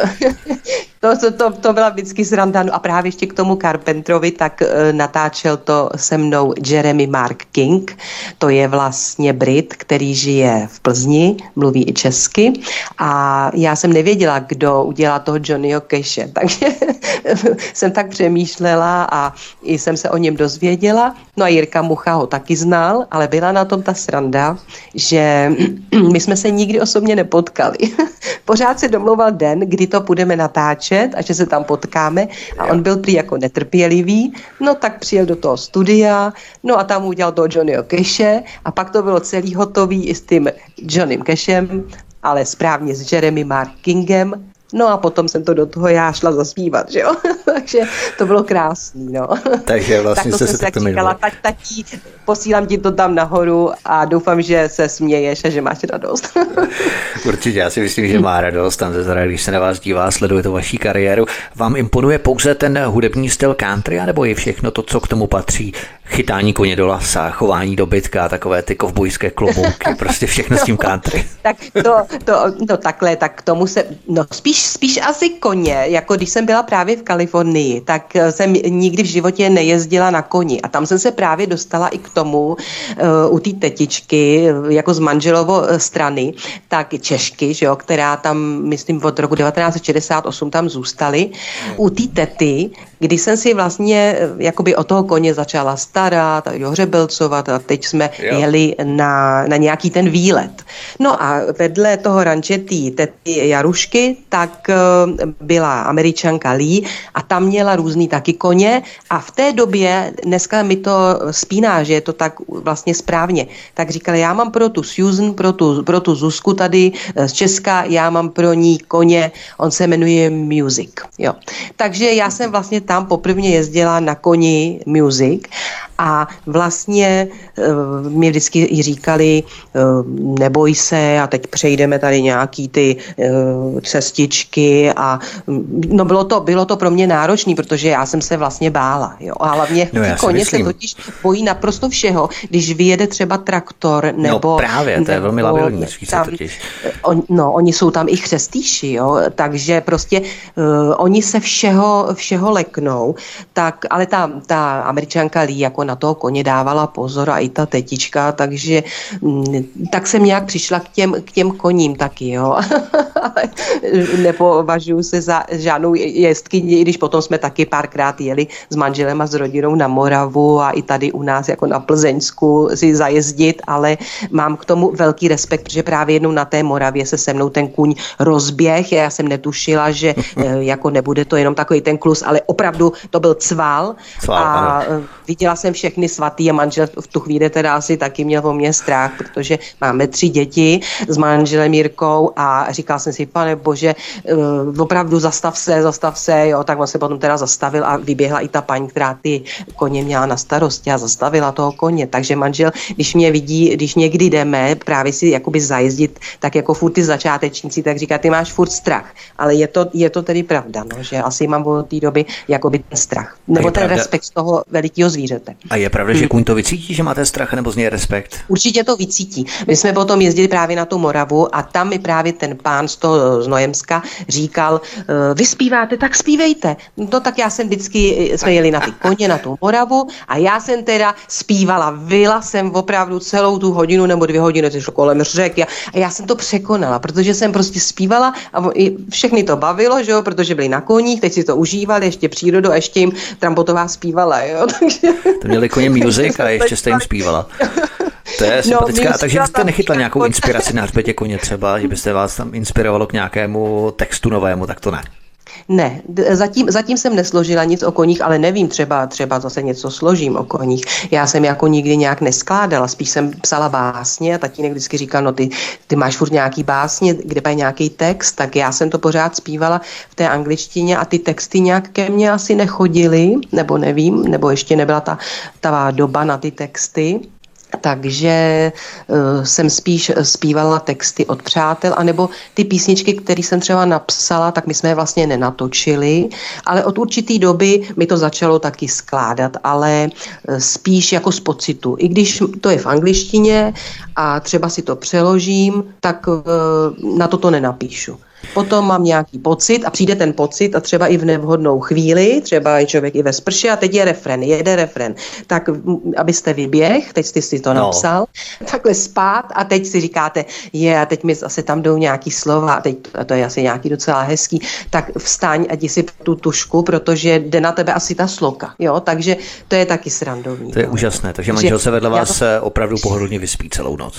To byla vždycky sranda. No a právě ještě k tomu Carpenterovi, tak natáčel to se mnou Jeremy Mark King. To je vlastně Brit, který žije v Plzni, mluví i česky. A já jsem nevěděla, kdo udělá toho Johnnyho Cashe, takže jsem tak přemýšlela a i jsem se o něm dozvěděla. No a Jirka Mucha ho taky znal, ale byla na tom ta sranda, že my jsme se nikdy osobně nepotkali. Pořád se domlouval den, kdy to budeme natáčet a že se tam potkáme a on byl prý jako netrpělivý, no tak přijel do toho studia, no a tam udělal toho Johnnyho Cashe a pak to bylo celý hotový i s tím Johnnym Cashem, ale správně s Jeremy Mark Kingem. No a potom jsem to do toho já šla zaspívat, že jo? Takže to bylo krásný, no. Takže vlastně tak to jste se takto říkala, tatí, posílám ti to tam nahoru a doufám, že se směješ a že máš radost. Určitě, já si myslím, že má radost, tam zezra, když se na vás dívá, sleduje to vaší kariéru. Vám imponuje pouze ten hudební styl country, anebo i všechno to, co k tomu patří? Chytání koně do lasa, chování dobytka, takové ty kovbojské klobouky, prostě všechno s tím country. Tak to takhle, tak k tomu se, no spíš asi koně, jako když jsem byla právě v Kalifornii, tak jsem nikdy v životě nejezdila na koni a tam jsem se právě dostala i k tomu u té tetičky, jako z manželovo strany, tak Češky, že jo, která tam, myslím, od roku 1968 tam zůstaly. U té tety, kdy jsem si vlastně jakoby o toho koně začala starat a hřebelcovat a teď jsme jeli na nějaký ten výlet. No a vedle toho ranče tety Jarušky, tak byla Američanka Lee a tam měla různý taky koně a v té době, dneska mi to spíná, že je to tak vlastně správně, tak říkala, já mám pro tu Susan, pro tu Zuzku tady z Česka, já mám pro ní koně, on se jmenuje Music, jo. Takže já jsem vlastně tam poprvně jezdila na koni Music A vlastně mi vždycky i říkali, neboj se a teď přejdeme tady nějaký ty cestičky a no bylo to pro mě náročný, protože já jsem se vlastně bála. Jo? A hlavně koně se totiž bojí naprosto všeho, když vyjede třeba traktor nebo... No právě, to je velmi labilní zvíře totiž. Oni jsou tam i chřestýši, jo? Takže prostě oni se všeho leknou, tak, ale ta Američanka Lee jako na toho koně dávala pozor a i ta tetička, takže tak jsem nějak přišla k těm koním taky, jo. Ale nepovažuji se za žádnou jezdkyni, i když potom jsme taky párkrát jeli s manželem a s rodinou na Moravu a i tady u nás jako na Plzeňsku si zajezdit, ale mám k tomu velký respekt, protože právě jednou na té Moravě se mnou ten kůň rozběh. Já jsem netušila, že jako nebude to jenom takový ten klus, ale opravdu to byl cval a viděla jsem všechny svatý a manžel v tu chvíli teda asi taky měl o mě strach, protože máme 3 děti s manželem Jirkou a říkal jsem si, pane bože, opravdu zastav se, jo, tak on se potom teda zastavil a vyběhla i ta paní, která ty koně měla na starosti a zastavila toho koně, takže manžel, když mě vidí, když někdy jdeme právě si jakoby zajezdit, tak jako furt ty začátečníci, tak říká, ty máš furt strach, ale je to tedy pravda, no, že asi mám od té doby jakoby ten strach, nebo ten respekt z toho velikého zvířete. A je pravda, že kůň to vycítí, že máte strach, nebo z něj respekt? Určitě to vycítí. My jsme potom jezdili právě na tu Moravu a tam mi právě ten pán z toho Znojemska říkal, vy zpíváte, tak zpívejte. No tak já jsem vždycky, jsme jeli na ty koně, na tu Moravu a já jsem teda zpívala, vyla jsem opravdu celou tu hodinu nebo 2 hodiny, to šlo kolem řek a já jsem to překonala, protože jsem prostě zpívala a všechny to bavilo, že jo, protože byli na koních, teď si to užívali, ještě přírodu a ještě jim Trampotová zpívala, jo. To měli koně music a ještě jste jim zpívala. To je sympatická, takže jste nechytla nějakou inspiraci na hřbetě koně třeba, že byste vás tam inspirovalo k nějakému textu novému, tak to ne. Ne, zatím jsem nesložila nic o koních, ale nevím, třeba zase něco složím o koních. Já jsem jako nikdy nějak neskládala, spíš jsem psala básně a tatínek vždycky říkal, no ty máš furt nějaký básně, kde je nějaký text, tak já jsem to pořád zpívala v té angličtině a ty texty nějak ke mně asi nechodily, nebo nevím, nebo ještě nebyla ta doba na ty texty. Takže jsem spíš zpívala texty od přátel, anebo ty písničky, které jsem třeba napsala, tak my jsme je vlastně nenatočili, ale od určitý doby mi to začalo taky skládat, ale spíš jako z pocitu. I když to je v angličtině a třeba si to přeložím, tak na to nenapíšu. Potom mám nějaký pocit a přijde ten pocit a třeba i v nevhodnou chvíli, třeba je člověk i ve sprše a teď jede refren. Tak abyste vyběh, teď jste si to napsal, takhle spát a teď si říkáte, a teď mi zase tam jdou nějaký slova a teď to je asi nějaký docela hezký, tak vstaň a jdi si tu tušku, protože jde na tebe asi ta sloka, jo, takže to je taky srandovní. To je úžasné, takže manžel se vedle vás opravdu pohodlně vyspí celou noc.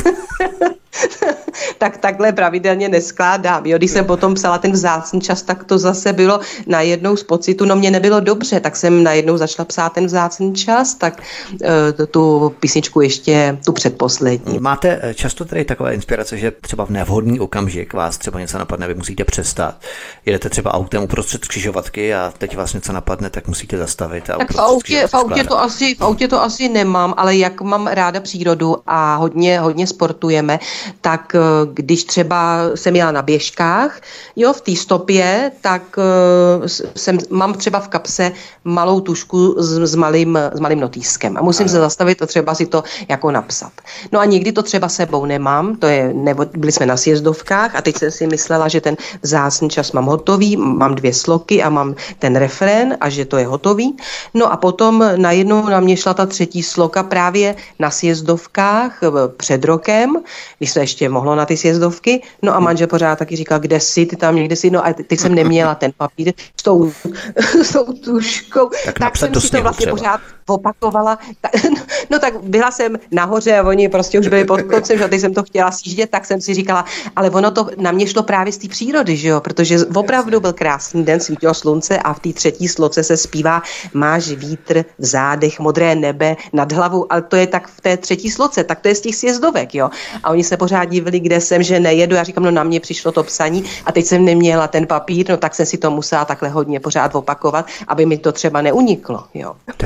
Tak takhle pravidelně neskládám. Jo, když jsem potom psala ten vzácný čas, tak to zase bylo najednou z pocitu, no mě nebylo dobře, tak jsem najednou začala psát ten vzácný čas, tak tu písničku ještě tu předposlední. Máte často tady takové inspirace, že třeba v nevhodný okamžik vás třeba něco napadne, vy musíte přestat. Jedete třeba autem uprostřed křižovatky a teď vás něco napadne, tak musíte zastavit. A tak v autě to asi nemám, ale jak mám ráda přírodu a hodně sportujeme, tak když třeba jsem jela na běžkách, jo, v té stopě, tak mám třeba v kapse malou tušku s malým notýskem a musím se zastavit a třeba si to jako napsat. No a někdy to třeba sebou nemám, byli jsme na sjezdovkách a teď jsem si myslela, že ten vzácný čas mám hotový, mám 2 sloky a mám ten refrén a že to je hotový. No a potom najednou na mě šla ta 3. sloka právě na sjezdovkách před rokem, když se ještě mohlo na ty sjezdovky, no a manžel pořád taky říkal, kde jsi, ty tam někde jsi, no a teď jsem neměla ten papír s tou tuškou, tak jsem si to vlastně třeba pořád opakovala. No tak byla jsem nahoře a oni prostě už byli pod koncem, že teď jsem to chtěla sjíždět, tak jsem si říkala, ale ono to na mě šlo právě z té přírody, že jo, protože opravdu byl krásný den, svítilo slunce a v té 3. sloce se zpívá máš vítr v zádech, modré nebe nad hlavou, ale to je tak v té 3. sloce, tak to je z těch sjezdovek, jo. A oni se pořád divili, kde jsem, že nejedu. Já říkám, no na mě přišlo to psaní a teď jsem neměla ten papír, no tak jsem si to musela takhle hodně pořád opakovat, aby mi to třeba neuniklo, jo. To je dobré, co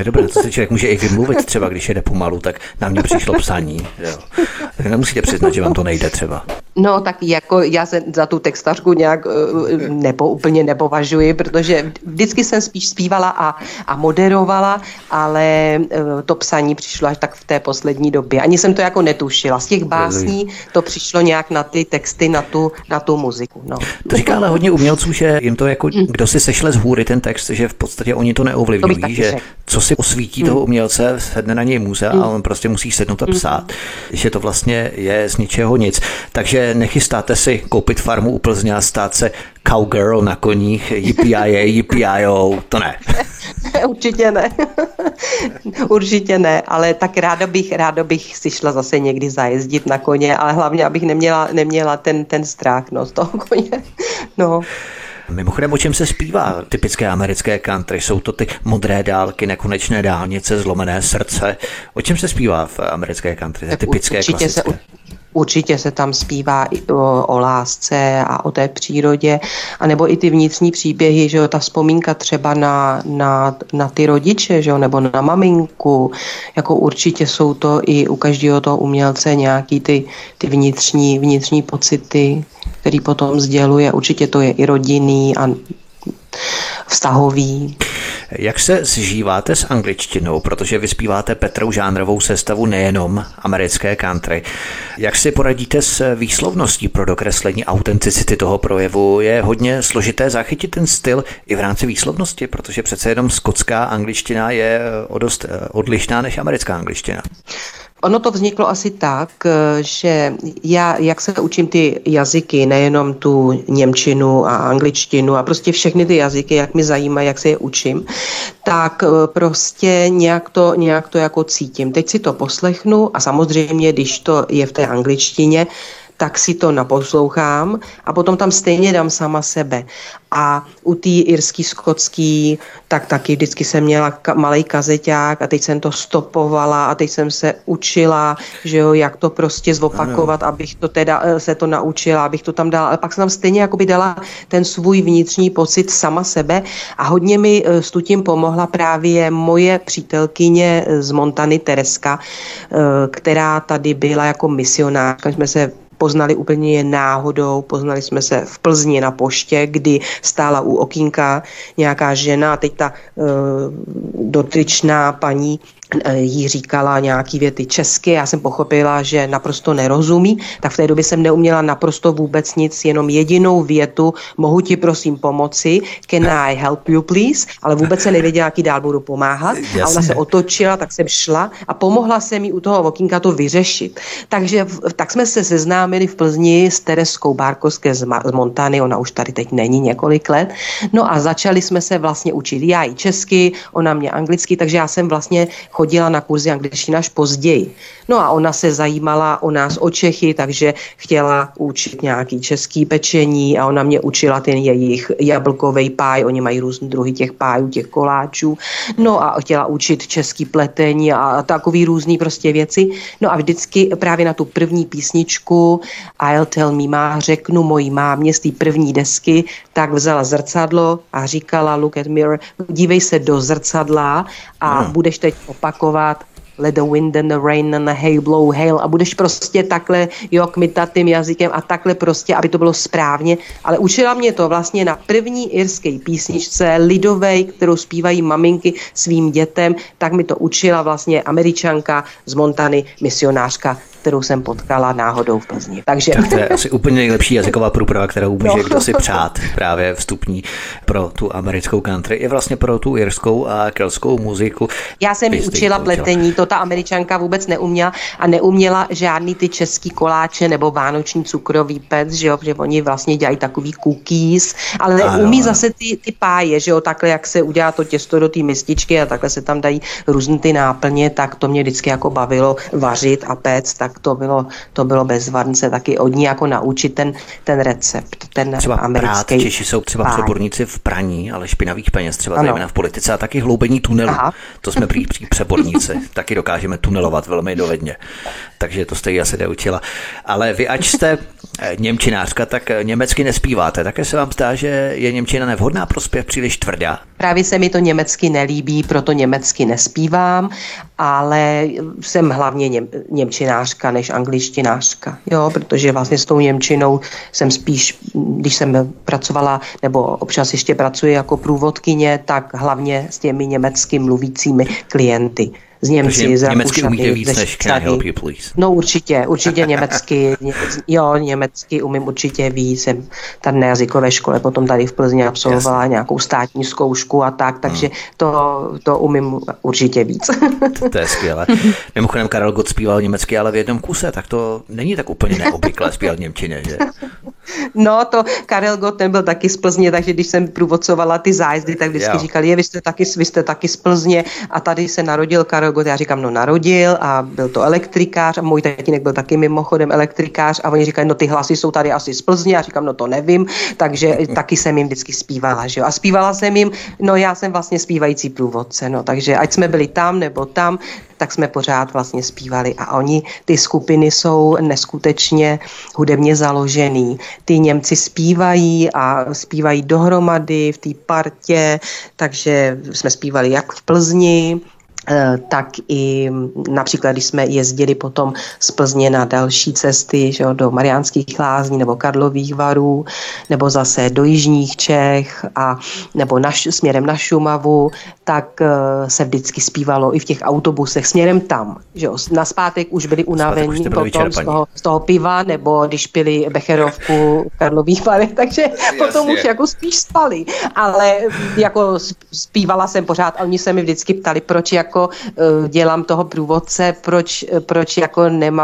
se člověk může i vymluvit třeba, když jede pomalu, tak na mě přišlo psaní. Jo. Tak nemusíte přiznat, že vám to nejde třeba. No tak jako já se za tu textařku nějak úplně nepovažuji, protože vždycky jsem spíš zpívala a moderovala, ale to psaní přišlo až tak v té poslední době. Ani jsem to jako netušila. Z těch básní to přišlo nějak na ty texty, na tu muziku. No. To říká ale hodně umělců, že jim to jako, kdo si sešle z hůry ten text, že v podstatě oni to neovlivňují, že co si osvítí toho umělce, sedne na něj muze a on prostě musí sednout a psát, že to vlastně je z ničeho nic. Takže nechystáte si koupit farmu u Plzně a stát se cowgirl na koních, yippee-yi-yo, to ne. Určitě ne. Určitě ne, ale tak ráda bych si šla zase někdy zajezdit na koně, ale hlavně, abych neměla ten strach z toho koně. No. Mimochodem, o čem se zpívá typické americké country? Jsou to ty modré dálky, nekonečné dálnice, zlomené srdce. O čem se zpívá v americké country? Typické, klasické. Určitě se tam zpívá i o lásce a o té přírodě, anebo i ty vnitřní příběhy, že jo, ta vzpomínka třeba na ty rodiče, že jo, nebo na maminku, jako určitě jsou to i u každého toho umělce nějaký ty vnitřní pocity, který potom sděluje. Určitě to je i rodinný a vztahový. Jak se zžíváte s angličtinou, protože vy zpíváte petrou žánrovou sestavu, nejenom americké country. Jak si poradíte s výslovností pro dokreslení autenticity toho projevu? Je hodně složité zachytit ten styl i v rámci výslovnosti, protože přece jenom skotská angličtina je o dost odlišná než americká angličtina. Ono to vzniklo asi tak, že já, jak se učím ty jazyky, nejenom tu němčinu a angličtinu a prostě všechny ty jazyky, jak mi zajímají, jak se je učím, tak prostě nějak to jako cítím. Teď si to poslechnu a samozřejmě, když to je v té angličtině, tak si to naposlouchám a potom tam stejně dám sama sebe. A u té irský, skotský, tak taky vždycky jsem měla malej kazeťák a teď jsem to stopovala a teď jsem se učila, že jo, jak to prostě zopakovat, abych to teda se to naučila, abych to tam dala. Ale pak jsem tam stejně jakoby dala ten svůj vnitřní pocit sama sebe a hodně mi s tím pomohla právě moje přítelkyně z Montany, Tereska, která tady byla jako misionářka. Jsme se poznali úplně náhodou, poznali jsme se v Plzni na poště, kdy stála u okýnka nějaká žena a teď ta dotyčná paní jí říkala nějaký věty česky, já jsem pochopila, že naprosto nerozumí, tak v té době jsem neuměla naprosto vůbec nic, jenom jedinou větu, mohu ti prosím pomoci, can I help you please, ale vůbec se nevěděla, jaký dál budu pomáhat. Jasně. A ona se otočila, tak jsem šla a pomohla se mi u toho okýnka to vyřešit. Takže tak jsme se seznámili v Plzni s Tereskou Bárkovské z Montany, ona už tady teď není několik let, no a začali jsme se vlastně učit, já i česky, ona mě anglicky, takže já jsem vlastně chodila na kurzy angličtiny až později. No a ona se zajímala o nás, o Čechy, takže chtěla učit nějaký český pečení a ona mě učila ten jejich jablkový páj, oni mají různý druhy těch pájů, těch koláčů. No a chtěla učit český pletení a takový různý prostě věci. No a vždycky právě na tu první písničku I'll tell me ma, řeknu mojí mámě z té první desky, tak vzala zrcadlo a říkala look at mirror, dívej se do zrcadla a budeš teď opakovat let the wind and the rain and the hail blow hail a budeš prostě takhle kmitat tím jazykem a takhle prostě, aby to bylo správně, ale učila mě to vlastně na první irské písničce lidovej, kterou zpívají maminky svým dětem, tak mi to učila vlastně Američanka z Montany, misionářka, kterou jsem potkala náhodou v Plzni. Takže... Tak to je asi úplně nejlepší jazyková průprava, kterou může kdo si přát, právě vstupní pro tu americkou country i vlastně pro tu irskou a keltskou muziku. Já jsem ji učila pletení, to ta Američanka vůbec neuměla a neuměla žádný ty český koláče nebo vánoční cukrový pec, že jo, protože oni vlastně dělají takový cookies, ale umí zase ty páje, že jo, takhle jak se udělá to těsto do té mističky a takhle se tam dají různé ty náplně, tak to mě vždycky jako bavilo vařit a péct, tak to bylo bezvadné taky od ní jako naučit ten recept, ten třeba americký. Prát, Češi jsou třeba přeborníci v praní, ale špinavých peněz, třeba zejména v politice a taky hloubení tunelu. Aha. To jsme prý přeborníci, taky dokážeme tunelovat velmi dovedně. Takže to jste ji asi neučila. Ale vy, ač jste Němčinářka, tak německy nespíváte. Také se vám zdá, že je němčina nevhodná pro zpěv, příliš tvrdá? Právě se mi to německy nelíbí, proto německy nespívám, ale jsem hlavně němčinářka než angličtinářka, jo, protože vlastně s tou němčinou jsem spíš, když jsem pracovala, nebo občas ještě pracuji jako průvodkyně, tak hlavně s těmi německy mluvícími klienty. Z Němci, z německy Rakušany, umíte víc než Can I help you please? No určitě německy, německy umím určitě víc. Jsem tady na jazykové škole, potom tady v Plzni absolvovala nějakou státní zkoušku a tak, takže to umím určitě víc. To je skvělé. Mimochodem Karel Gott zpíval německy, ale v jednom kuse, tak to není tak úplně neobvyklé zpívat v němčině, že? No, to Karel Gott, ten byl taky z Plzně, takže když jsem průvodcovala ty zájezdy, tak vždycky říkali, vy jste taky z Plzně a tady se narodil Karel Gott. Já říkám, no narodil a byl to elektrikář a můj tatínek byl taky mimochodem elektrikář a oni říkají, no ty hlasy jsou tady asi z Plzně. Já říkám, no to nevím, takže taky jsem jim vždycky zpívala, že jo. A zpívala jsem jim, no já jsem vlastně zpívající průvodce, no, takže ať jsme byli tam nebo tam, tak jsme pořád vlastně zpívali a oni, ty skupiny jsou neskutečně hudebně založený. Ty Němci zpívají a zpívají dohromady v té partě, takže jsme zpívali jak v Plzni, tak i například, když jsme jezdili potom z Plzně na další cesty, že jo, do Mariánských Lázní nebo Karlových Varů, nebo zase do jižních Čech a nebo směrem na Šumavu, tak se vždycky zpívalo i v těch autobusech směrem tam. Že jo. Naspátek už byli unavení potom z toho piva, nebo když pili becherovku v Karlových Varech, takže potom už jako spíš spali. Ale jako zpívala jsem pořád a oni se mi vždycky ptali, proč jako dělám toho průvodce, proč jako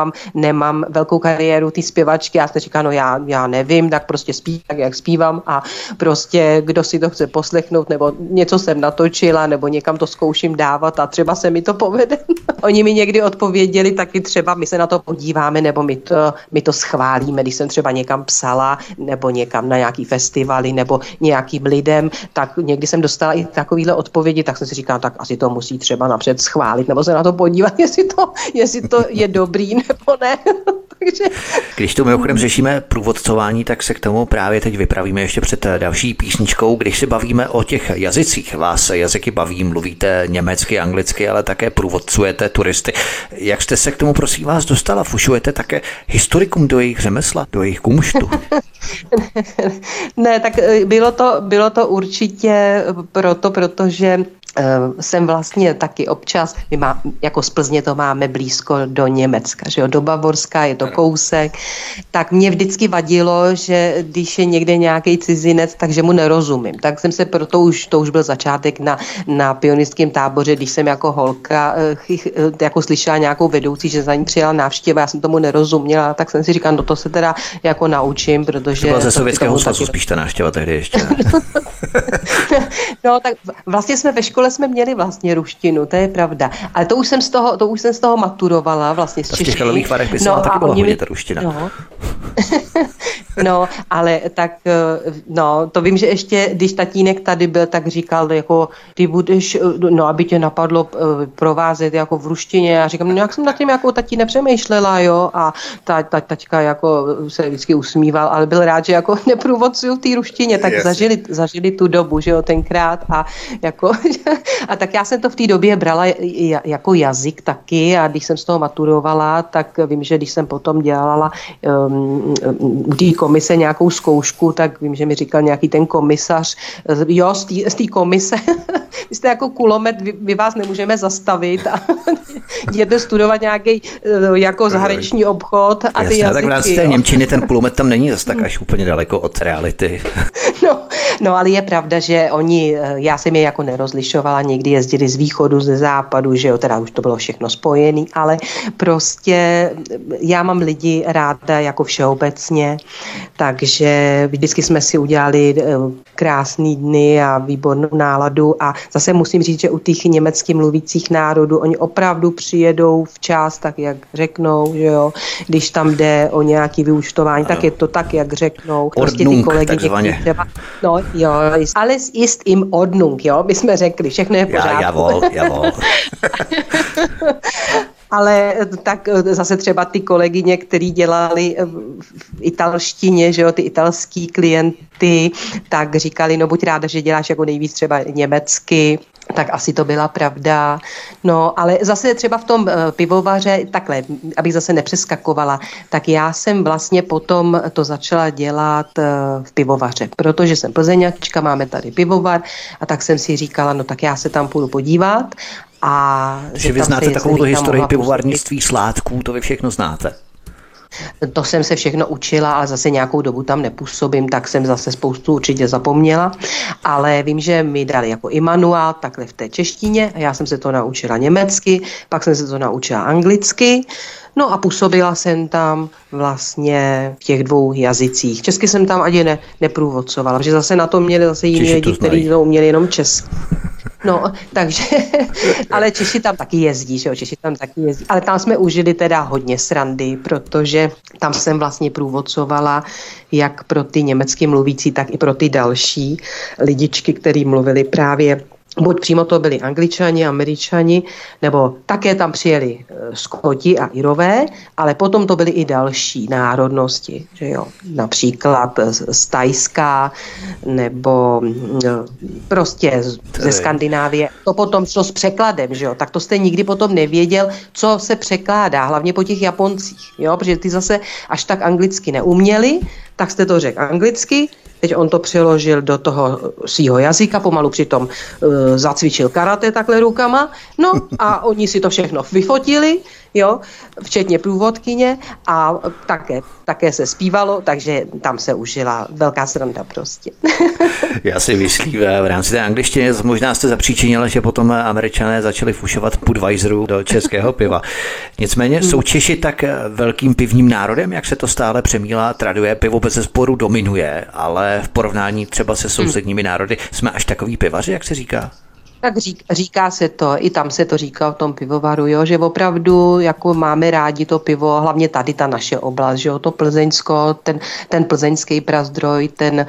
nemám velkou kariéru ty zpěvačky. Já jsem říkala, no já nevím, tak prostě zpívám, jak zpívám a prostě kdo si to chce poslechnout, nebo něco jsem natočila, nebo někam to zkouším dávat a třeba se mi to povede. Oni mi někdy odpověděli taky třeba, my se na to podíváme, nebo my to schválíme, když jsem třeba někam psala, nebo někam na nějaký festivaly, nebo nějakým lidem, tak někdy jsem dostala i takovýhle odpovědi, tak jsem si říkala, tak asi to musí třeba napřed schválit, nebo se na to podívat, jestli to je dobrý, nebo ne. Takže... Když tu mimochodem řešíme průvodcování, tak se k tomu právě teď vypravíme ještě před další písničkou, když se bavíme o těch jazycích. Vás jazyky baví, mluvíte německy, anglicky, ale také průvodcujete turisty. Jak jste se k tomu, prosím vás, dostala? Fušujete také historikům do jejich řemesla, do jejich kumštu? Ne, tak bylo to určitě protože jsem vlastně taky občas, jako z Plzně to máme blízko do Německa, že jo, do Bavorska, je to kousek, tak mě vždycky vadilo, že když je někde nějaký cizinec, takže mu nerozumím. Tak jsem se, to už byl začátek na pionýrském táboře, když jsem jako holka jako slyšela nějakou vedoucí, že za ní přijela návštěva, já jsem tomu nerozuměla, tak jsem si říkala, no to se teda jako naučím, protože... To byla ze Sovětského svazu spíš ta návštěva tehdy ještě. No tak vlastně ve škole jsme měli vlastně ruštinu, to je pravda. Ale to už jsem z toho maturovala vlastně z češtiny. V těch Karlových Varech by se taky byla hodně ta ruština. No. No, ale tak, no, to vím, že ještě, když tatínek tady byl, tak říkal, jako, ty budeš, no, aby tě napadlo provázet jako v ruštině. Já říkám, no, jak jsem nad tím jako tatí nepřemýšlela, jo, a taťka jako se vždycky usmíval, ale byl rád, že jako neprůvodcuju v té ruštině, tak zažili tu dobu, že jo, tenkrát a jako, a tak já jsem to v té době brala jako jazyk taky a když jsem z toho maturovala, tak vím, že když jsem potom dělala u té komise nějakou zkoušku, tak vím, že mi říkal nějaký ten komisař, jo, z té komise, vy jste jako kulomet, my vás nemůžeme zastavit a jděte studovat nějaký jako zahraniční obchod a ty jazyky. Tak v rámci té němčiny ten kulomet tam není zase tak až úplně daleko od reality. No, ale je pravda, že já jsem je jako nerozlišovala, někdy jezdili z východu, ze západu, že jo, teda už to bylo všechno spojený, ale prostě já mám lidi ráda jako všeobecně, takže vždycky jsme si udělali krásný dny a výbornou náladu a zase musím říct, že u těch německy mluvících národů oni opravdu přijedou včas, tak jak řeknou, že jo, když tam jde o nějaký vyúčtování, tak je to tak, jak řeknou. Prostě ty kolegy třeba, no jo, alles ist im Ordnung, jo, my jsme řekli, všechno je v pořádku. Javol. Ale tak zase třeba ty kolegyně, který dělali v italštině, že jo, ty italský klienty, tak říkali, no buď ráda, že děláš jako nejvíc třeba německy, tak asi to byla pravda. No, ale zase třeba v tom pivovaře, takhle, abych zase nepřeskakovala, tak já jsem vlastně potom to začala dělat v pivovaře, protože jsem plzeňačka, máme tady pivovar a tak jsem si říkala, no tak já se tam půjdu podívat. Že vy znáte takovou historii pivovarnictví, sládků, to vy všechno znáte. To jsem se všechno učila, ale zase nějakou dobu tam nepůsobím, tak jsem zase spoustu určitě zapomněla. Ale vím, že mi dali jako i manuál takhle v té češtině a já jsem se to naučila německy, pak jsem se to naučila anglicky. No a působila jsem tam vlastně v těch 2 jazycích. Česky jsem tam ani neprůvodcovala, protože zase na to měli zase jiní lidi, kteří to uměli jenom česky. No, takže, ale Češi tam taky jezdí, že jo, Češi tam taky jezdí. Ale tam jsme užili teda hodně srandy, protože tam jsem vlastně průvodcovala jak pro ty německy mluvící, tak i pro ty další lidičky, který mluvili právě buď přímo to byli Angličani, Američani, nebo také tam přijeli Skoti a Irové, ale potom to byly i další národnosti, že jo, například z Thajska, nebo prostě ze Skandinávie. To potom šlo s překladem, že jo, tak to jste nikdy potom nevěděl, co se překládá, hlavně po těch Japoncích, jo, protože ty zase až tak anglicky neuměli, tak jste to řekl anglicky, teď on to přeložil do toho svýho jazyka, pomalu přitom zacvičil karate takhle rukama, no a oni si to všechno vyfotili, jo, včetně průvodkyně a také se zpívalo, takže tam se užila velká sranda prostě. Já si myslím, v rámci té angličtiny možná jste zapříčinila, že potom Američané začali fušovat Budweiseru do českého piva. Nicméně jsou Češi tak velkým pivním národem, jak se to stále přemílá, traduje, pivo bezesporu dominuje, ale v porovnání třeba se sousedními národy jsme až takový pivaři, jak se říká? Tak říká se to, i tam se to říká v tom pivovaru, jo, že opravdu jako máme rádi to pivo, hlavně tady ta naše oblast, že jo, to Plzeňsko, ten plzeňský prazdroj, ten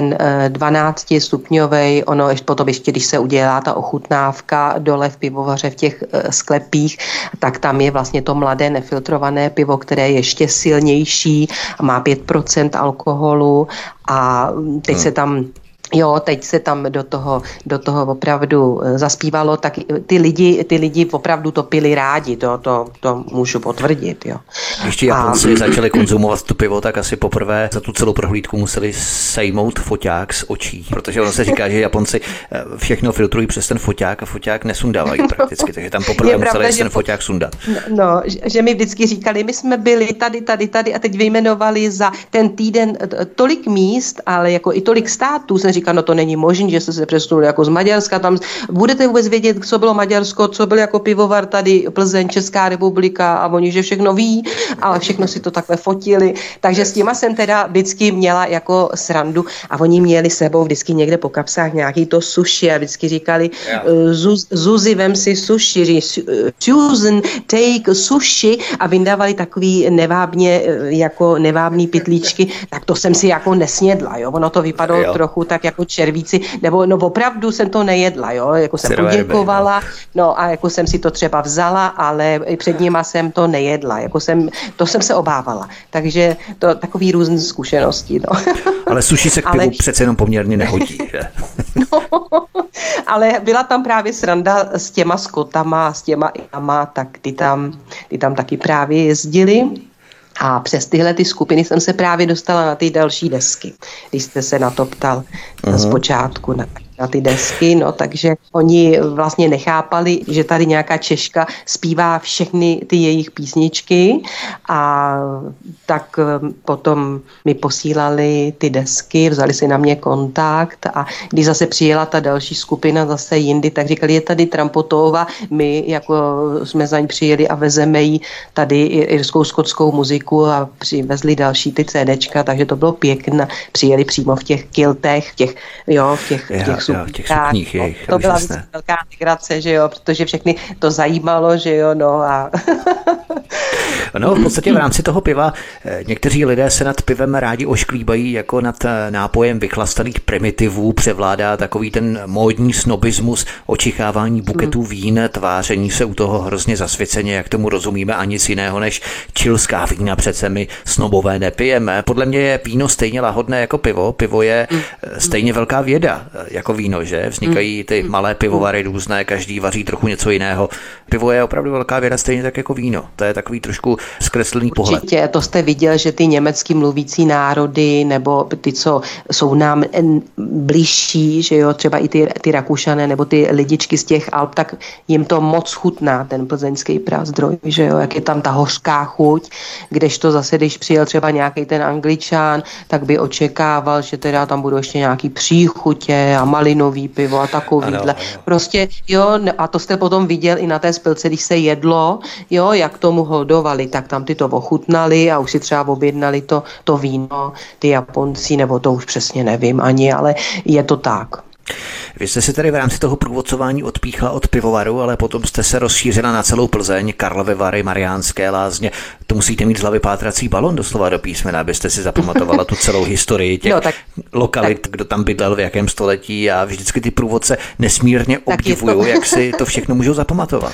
12 stupňovej, ono potom ještě, když se udělá ta ochutnávka dole v pivovaře v těch sklepích, tak tam je vlastně to mladé nefiltrované pivo, které je ještě silnější, má 5% alkoholu a teď se tam teď se tam do toho opravdu zaspívalo, tak ty lidi opravdu to pili rádi, to můžu potvrdit, jo. Když ti Japonci začali konzumovat to pivo, tak asi poprvé za tu celou prohlídku museli sejmout foťák z očí, protože ono se říká, že Japonci všechno filtrují přes ten foťák a foťák nesundávají prakticky, takže tam poprvé museli ten foťák sundat. No, že mi vždycky říkali, my jsme byli tady a teď vyjmenovali za ten týden tolik míst, ale jako i tolik států, jsem říkal, no to není možné, že jste se přesunuli jako z Maďarska, tam budete vůbec vědět, co bylo Maďarsko, co byl jako pivovar tady Plzeň, Česká republika a oni, že všechno ví, ale všechno si to takhle fotili, takže s těma jsem teda vždycky měla jako srandu a oni měli sebou vždycky někde po kapsách nějaký to sushi a vždycky říkali, Zuzi, vem si sushi, Susan, take sushi a vyndávali takový nevábný pytlíčky, tak to jsem si jako nesnědla, jo, ono to vypadalo trochu tak jako červíci, nebo no opravdu jsem to nejedla, jo, jako jsem poděkovala, no a jako jsem si to třeba vzala, ale před nima jsem to nejedla, to jsem se obávala, takže to takový různý zkušenosti, no. Ale sushi se k pivu přece jenom poměrně nehodí, že? No, ale byla tam právě sranda s těma Skotama, s těma Irama, tak ty tam taky právě jezdili. A přes tyhle ty skupiny jsem se právě dostala na ty další desky, když jste se na to ptal zpočátku na ty desky, no takže oni vlastně nechápali, že tady nějaká Češka zpívá všechny ty jejich písničky a tak potom mi posílali ty desky, vzali si na mě kontakt a když zase přijela ta další skupina zase jindy, tak říkali, je tady Trampotóva, my jako jsme za ní přijeli a vezeme jí tady irskou skotskou muziku a přivezli další ty CDčka, takže to bylo pěkné, přijeli přímo v těch kiltech, v těch sukních. těch sukních jejich, To byla úžasné. velká legrace, že jo, protože všechny to zajímalo, že jo, no a... No, v podstatě v rámci toho piva někteří lidé se nad pivem rádi ošklíbají jako nad nápojem vychlastaných primitivů, převládá takový ten módní snobismus, očichávání buketů vín, tváření se u toho hrozně zasvěceně, jak tomu rozumíme, a nic jiného než chilská vína přece my snobové nepijeme. Podle mě je víno stejně lahodné jako pivo, pivo je stejně velká věda jako víno, že? Vznikají ty malé pivovary různé, každý vaří trochu něco jiného. Pivo je opravdu velká věda stejně tak jako víno. To je takový trošku zkreslený pohled. Určitě, to jste viděl, že ty německy mluvící národy, nebo ty, co jsou nám bližší, že jo, třeba i ty Rakušané, nebo ty lidičky z těch Alp, tak jim to moc chutná, ten plzeňský prazdroj, že jo, jak je tam ta hořká chuť, kdežto zase, když přijel třeba nějaký ten Angličan, tak by očekával, že teda tam budou ještě nějaký příchutě a malinový pivo a takovýhle. Prostě, jo, a to jste potom viděl i na té spilce, když se jedlo, jo, jak tomu holdovali, tak tam ty to ochutnali a už si třeba objednali to víno, ty Japonci, nebo to už přesně nevím ani, ale je to tak. Vy jste si tady v rámci toho průvodcování odpíchla od pivovaru, ale potom jste se rozšířila na celou Plzeň, Karlovy Vary, Mariánské Lázně. To musíte mít z hlavy pátrací balon doslova do písmena, abyste si zapamatovala tu celou historii těch lokalit, kdo tam bydlel, v jakém století, a vždycky ty průvodce nesmírně obdivuju, jak si to všechno můžou zapamatovat.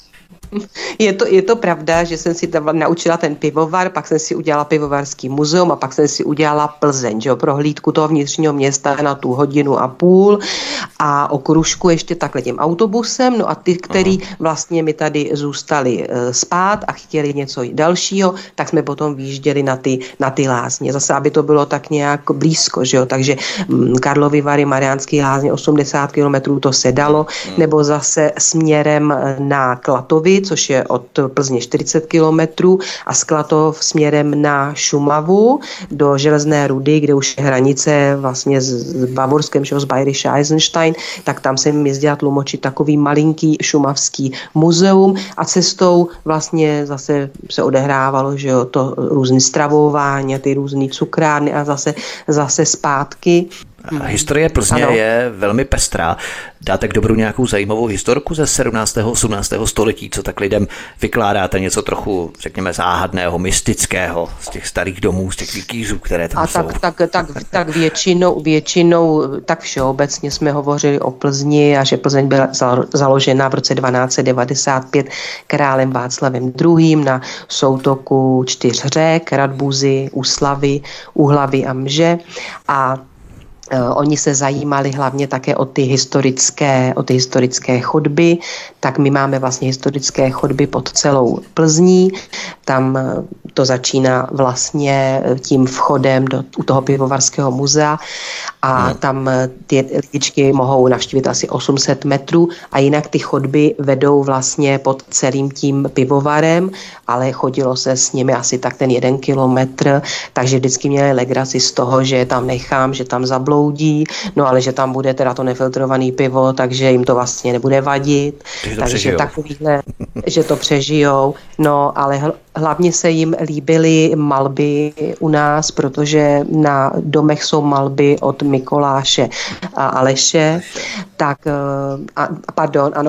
Je to pravda, že jsem si naučila ten pivovar, pak jsem si udělala pivovarský muzeum a pak jsem si udělala Plzeň, že jo, prohlídku toho vnitřního města na tu 1,5 hodiny a okružku ještě takhle tím autobusem, no a ty, který vlastně mi tady zůstali spát a chtěli něco dalšího, tak jsme potom výjížděli na ty lázně, zase aby to bylo tak nějak blízko, že jo, takže Karlovy Vary, Mariánské Lázně, 80 kilometrů to se dalo, nebo zase směrem na Klatovy, což je od Plzně 40 kilometrů, a z Klatov směrem na Šumavu do Železné Rudy, kde už je hranice vlastně s Bavorskem, z Bayerische Eisenstein, tak tam jsem jezdila tlumočit takový malinký šumavský muzeum a cestou vlastně zase se odehrávalo, že jo, to různé stravování, ty různé cukrárny a zase zpátky. Historie Plzně je velmi pestrá. Dáte k dobru nějakou zajímavou historku ze 17. 18. století, co tak lidem vykládáte, něco trochu, řekněme, záhadného, mystického z těch starých domů, z těch vikýřů, které tam jsou? Tak většinou tak všeobecně jsme hovořili o Plzni a že Plzeň byla založena v roce 1295 králem Václavem II. Na soutoku 4 řek, Radbuzy, Úslavy, Úhlavy a Mže, a oni se zajímali hlavně také o ty historické chodby, tak my máme vlastně historické chodby pod celou Plzní. Tam to začíná vlastně tím vchodem u toho pivovarského muzea a tam ty lidičky mohou navštívit asi 800 metrů a jinak ty chodby vedou vlastně pod celým tím pivovarem, ale chodilo se s nimi asi tak ten 1 kilometr, takže vždycky měli legraci z toho, že je tam nechám, že tam zabloudí, no ale že tam bude teda to nefiltrované pivo, takže jim to vlastně nebude vadit, takže takovýhle, že to přežijou, no ale hlavně se jim líbily malby u nás, protože na domech jsou malby od Mikoláše a Aleše, tak, pardon, ano,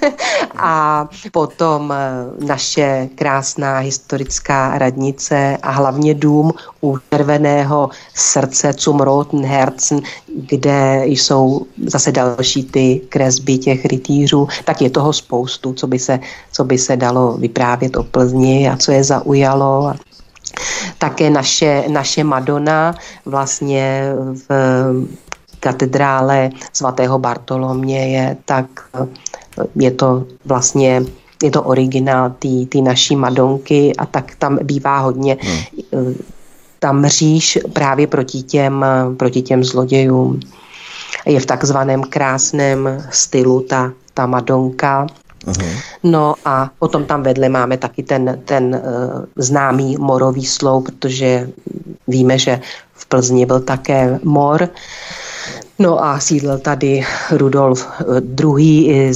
a potom naše krásná historická radnice a hlavně dům u Červeného srdce Zum Roten Herzen, kde jsou zase další ty kresby těch rytířů, tak je toho spoustu, co by se dalo vyprávět o Plzni a co je zaujalo. Také naše Madonna vlastně v katedrále svatého Bartoloměje, tak je to vlastně je to originál té naší Madonky a tak tam bývá hodně tam mříž právě proti těm zlodějům. Je v takzvaném krásném stylu ta Madonka. No a potom tam vedle máme taky ten známý morový sloup, protože víme, že v Plzni byl také mor. No a sídlil tady Rudolf II.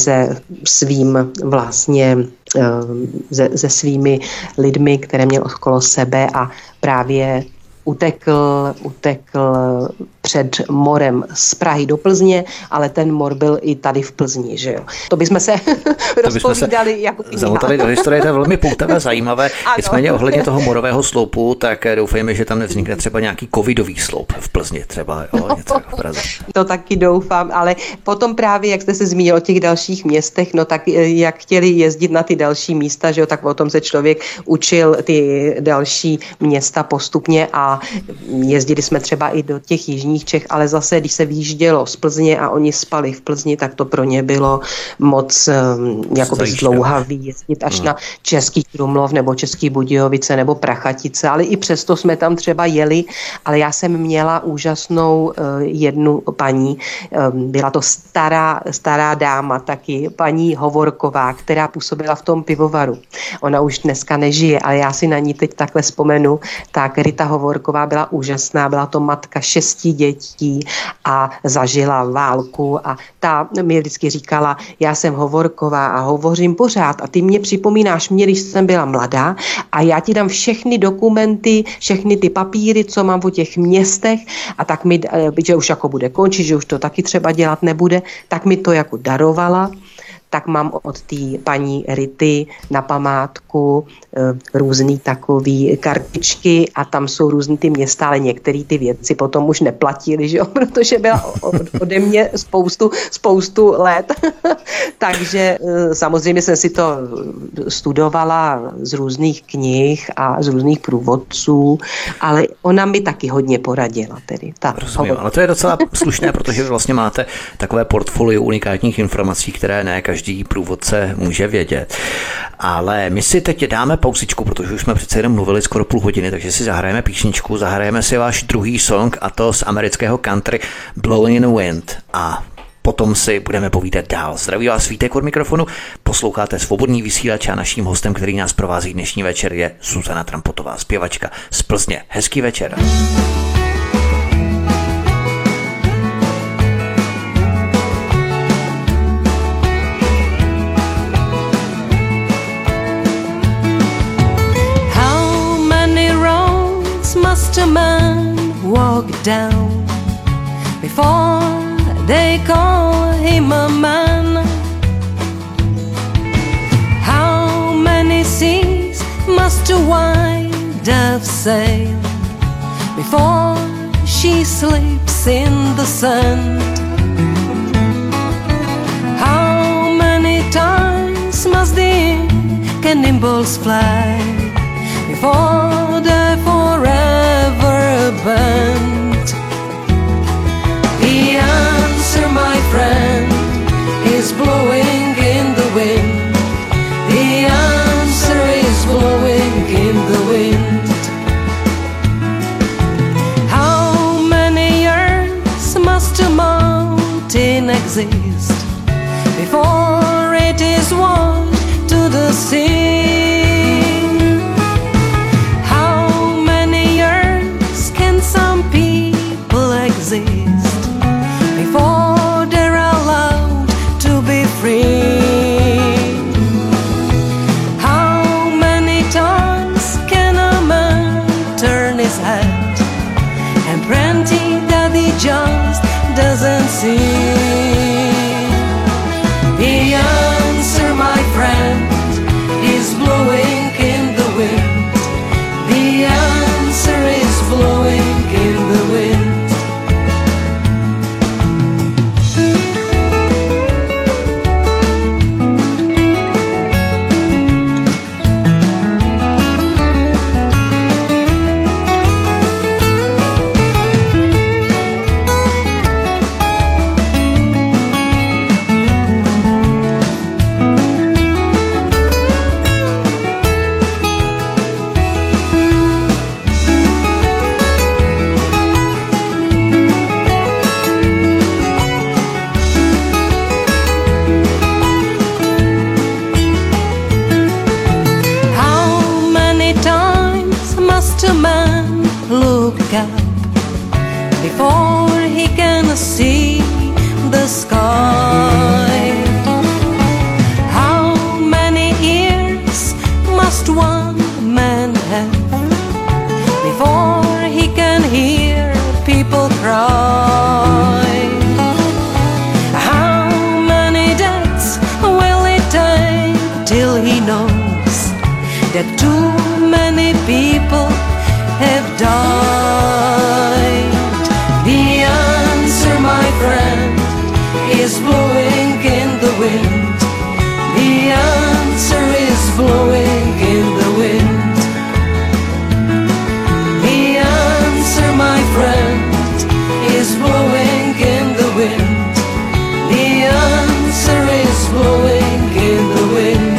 Se svými lidmi, které měl okolo sebe a právě utekl před morem z Prahy do Plzně, ale ten mor byl i tady v Plzni, že jo. To bychom se rozpovídali jako zamotali do historie, to je velmi poutavé, zajímavé. Nicméně ohledně toho morového sloupu, tak doufejme, že tam nevznikne třeba nějaký covidový sloup v Plzni třeba, jo, něco v Praze. To taky doufám, ale potom právě, jak jste se zmínil o těch dalších městech, no tak jak chtěli jezdit na ty další místa, že jo, tak o tom se člověk učil ty další města postupně a jezdili jsme třeba i do těch jižních Čech, ale zase, když se vyjíždělo z Plzně a oni spali v Plzni, tak to pro ně bylo moc jakoby zdlouhavý jezdit až na Český Krumlov nebo Český Budějovice nebo Prachatice, ale i přesto jsme tam třeba jeli, ale já jsem měla úžasnou jednu paní, byla to stará dáma taky, paní Hovorková, která působila v tom pivovaru. Ona už dneska nežije, ale já si na ní teď takhle vzpomenu, tak Rita Hovorková byla úžasná, byla to matka 6 dětí a zažila válku a ta mi vždycky říkala, já jsem Hovorková a hovořím pořád a ty mě připomínáš mě, když jsem byla mladá a já ti dám všechny dokumenty, všechny ty papíry, co mám o těch městech a tak mi, že už jako bude končit, že už to taky třeba dělat nebude, tak mi to jako darovala. Tak mám od té paní Rity na památku různý takový kartičky a tam jsou různý ty města, ale některé ty věci potom už neplatily, že jo? Protože byla ode mě spoustu let. Takže samozřejmě jsem si to studovala z různých knih a z různých průvodců, ale ona mi taky hodně poradila. Tedy, rozumím, ale to je docela slušné, protože vy vlastně máte takové portfolio unikátních informací, které ne každý průvodce může vědět. Ale my si teď dáme pauzičku, protože už jsme přece jenom mluvili skoro půl hodiny, takže si zahrajeme písničku, zahrajeme si váš druhý song a to z amerického country Blowing in the Wind a potom si budeme povídat dál. Zdraví vás Vítek od mikrofonu, posloucháte Svobodný vysílač a naším hostem, který nás provází dnešní večer, je Zuzana Trampotová, zpěvačka z Plzně. Hezký večer. Must a man walk down before they call him a man? How many seas must a white dove sail before she sleeps in the sand? How many times must the cannonballs fly before they're forever bent? The answer, my friend, is blowing in the wind. The answer is blowing in the wind. How many years must a mountain exist before it is washed to the sea? Before they're allowed to be free? How many times can a man turn his head and plenty that he just doesn't see? The answer, my friend, that too many people have died. The answer, my friend, is blowing in the wind. The answer is blowing in the wind. The answer, my friend, is blowing in the wind. The answer is blowing in the wind.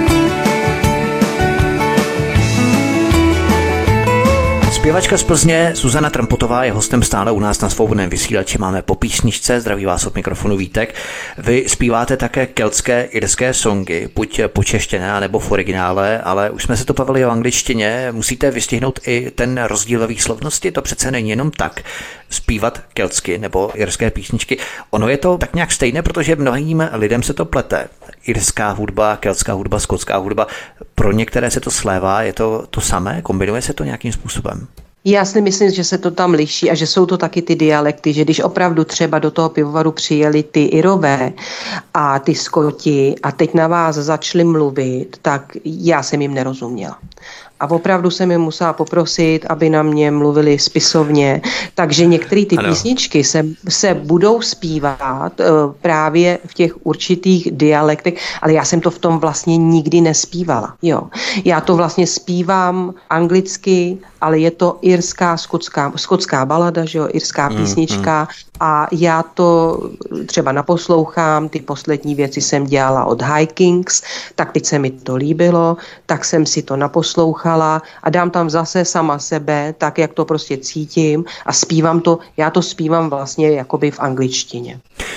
Zpěvačka z Plzně Zuzana Trampotová je hostem stále u nás na Svobodném vysílači. Máme po písničce, zdraví vás od mikrofonu Vítek. Vy zpíváte také keltské, irské songy, buď počeštěné, nebo v originále, ale už jsme se to bavili o angličtině. Musíte vystihnout i ten rozdíl ve výslovnosti, to přece není jenom tak zpívat keltsky nebo irské písničky. Ono je to tak nějak stejné, protože mnohým lidem se to plete. Irská hudba, keltská hudba, skotská hudba. Pro některé se to slévá, je to to samé, kombinuje se to nějakým způsobem? Já si myslím, že se to tam liší a že jsou to taky ty dialekty, že když opravdu třeba do toho pivovaru přijeli ty Irové a ty Skoti a teď na vás začali mluvit, tak já jsem jim nerozuměla. A opravdu jsem je musela poprosit, aby na mě mluvili spisovně. Takže některé ty písničky se budou zpívat právě v těch určitých dialektech, ale já jsem to v tom vlastně nikdy nespívala. Jo. Já to vlastně zpívám anglicky, ale je to irská, skotská balada, že jo, irská písnička a já to třeba naposlouchám, ty poslední věci jsem dělala od High Kings, tak teď se mi to líbilo, tak jsem si to naposlouchala a dám tam zase sama sebe, tak jak to prostě cítím a zpívám to, já to zpívám vlastně jakoby v angličtině.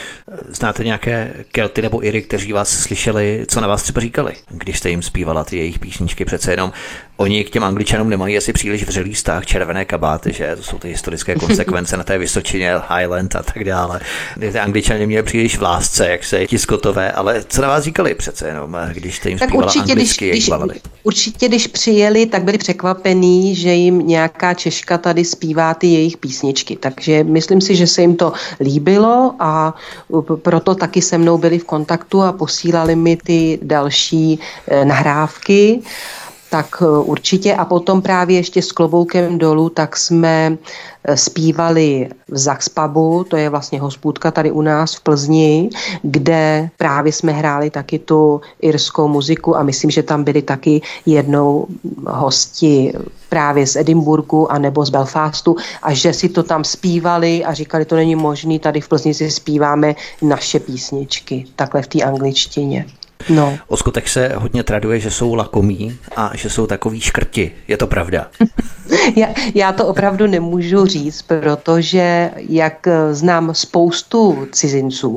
Znáte nějaké Kelty nebo Iry, kteří vás slyšeli, co na vás třeba říkali, když jste jim zpívala ty jejich písničky? Přece jenom oni k těm Angličanům nemají asi příliš vřelý vztah, červené kabáty, že? To jsou ty historické konsekvence na té Vysočině, Highland a tak dále. Ty Angličané měli příliš v lásce, jak se ti Skotové, ale co na vás říkali přece jenom, když jste jim zpívala anglicky, jak bavili? Určitě, když přijeli, tak byli překvapení, že jim nějaká Češka tady zpívá ty jejich písničky. Takže myslím si, že se jim to líbilo a proto taky se mnou byli v kontaktu a posílali mi ty další nahrávky. Tak určitě a potom právě ještě s kloboukem dolů, tak jsme zpívali v Zaxpubu, to je vlastně hospůdka tady u nás v Plzni, kde právě jsme hráli taky tu irskou muziku a myslím, že tam byli taky jednou hosti právě z Edinburghu a nebo z Belfastu a že si to tam zpívali a říkali, to není možný, tady v Plzni si zpíváme naše písničky, takhle v té angličtině. No. O Skotech se hodně traduje, že jsou lakomí a že jsou takový škrti. Je to pravda? Já to opravdu nemůžu říct, protože jak znám spoustu cizinců,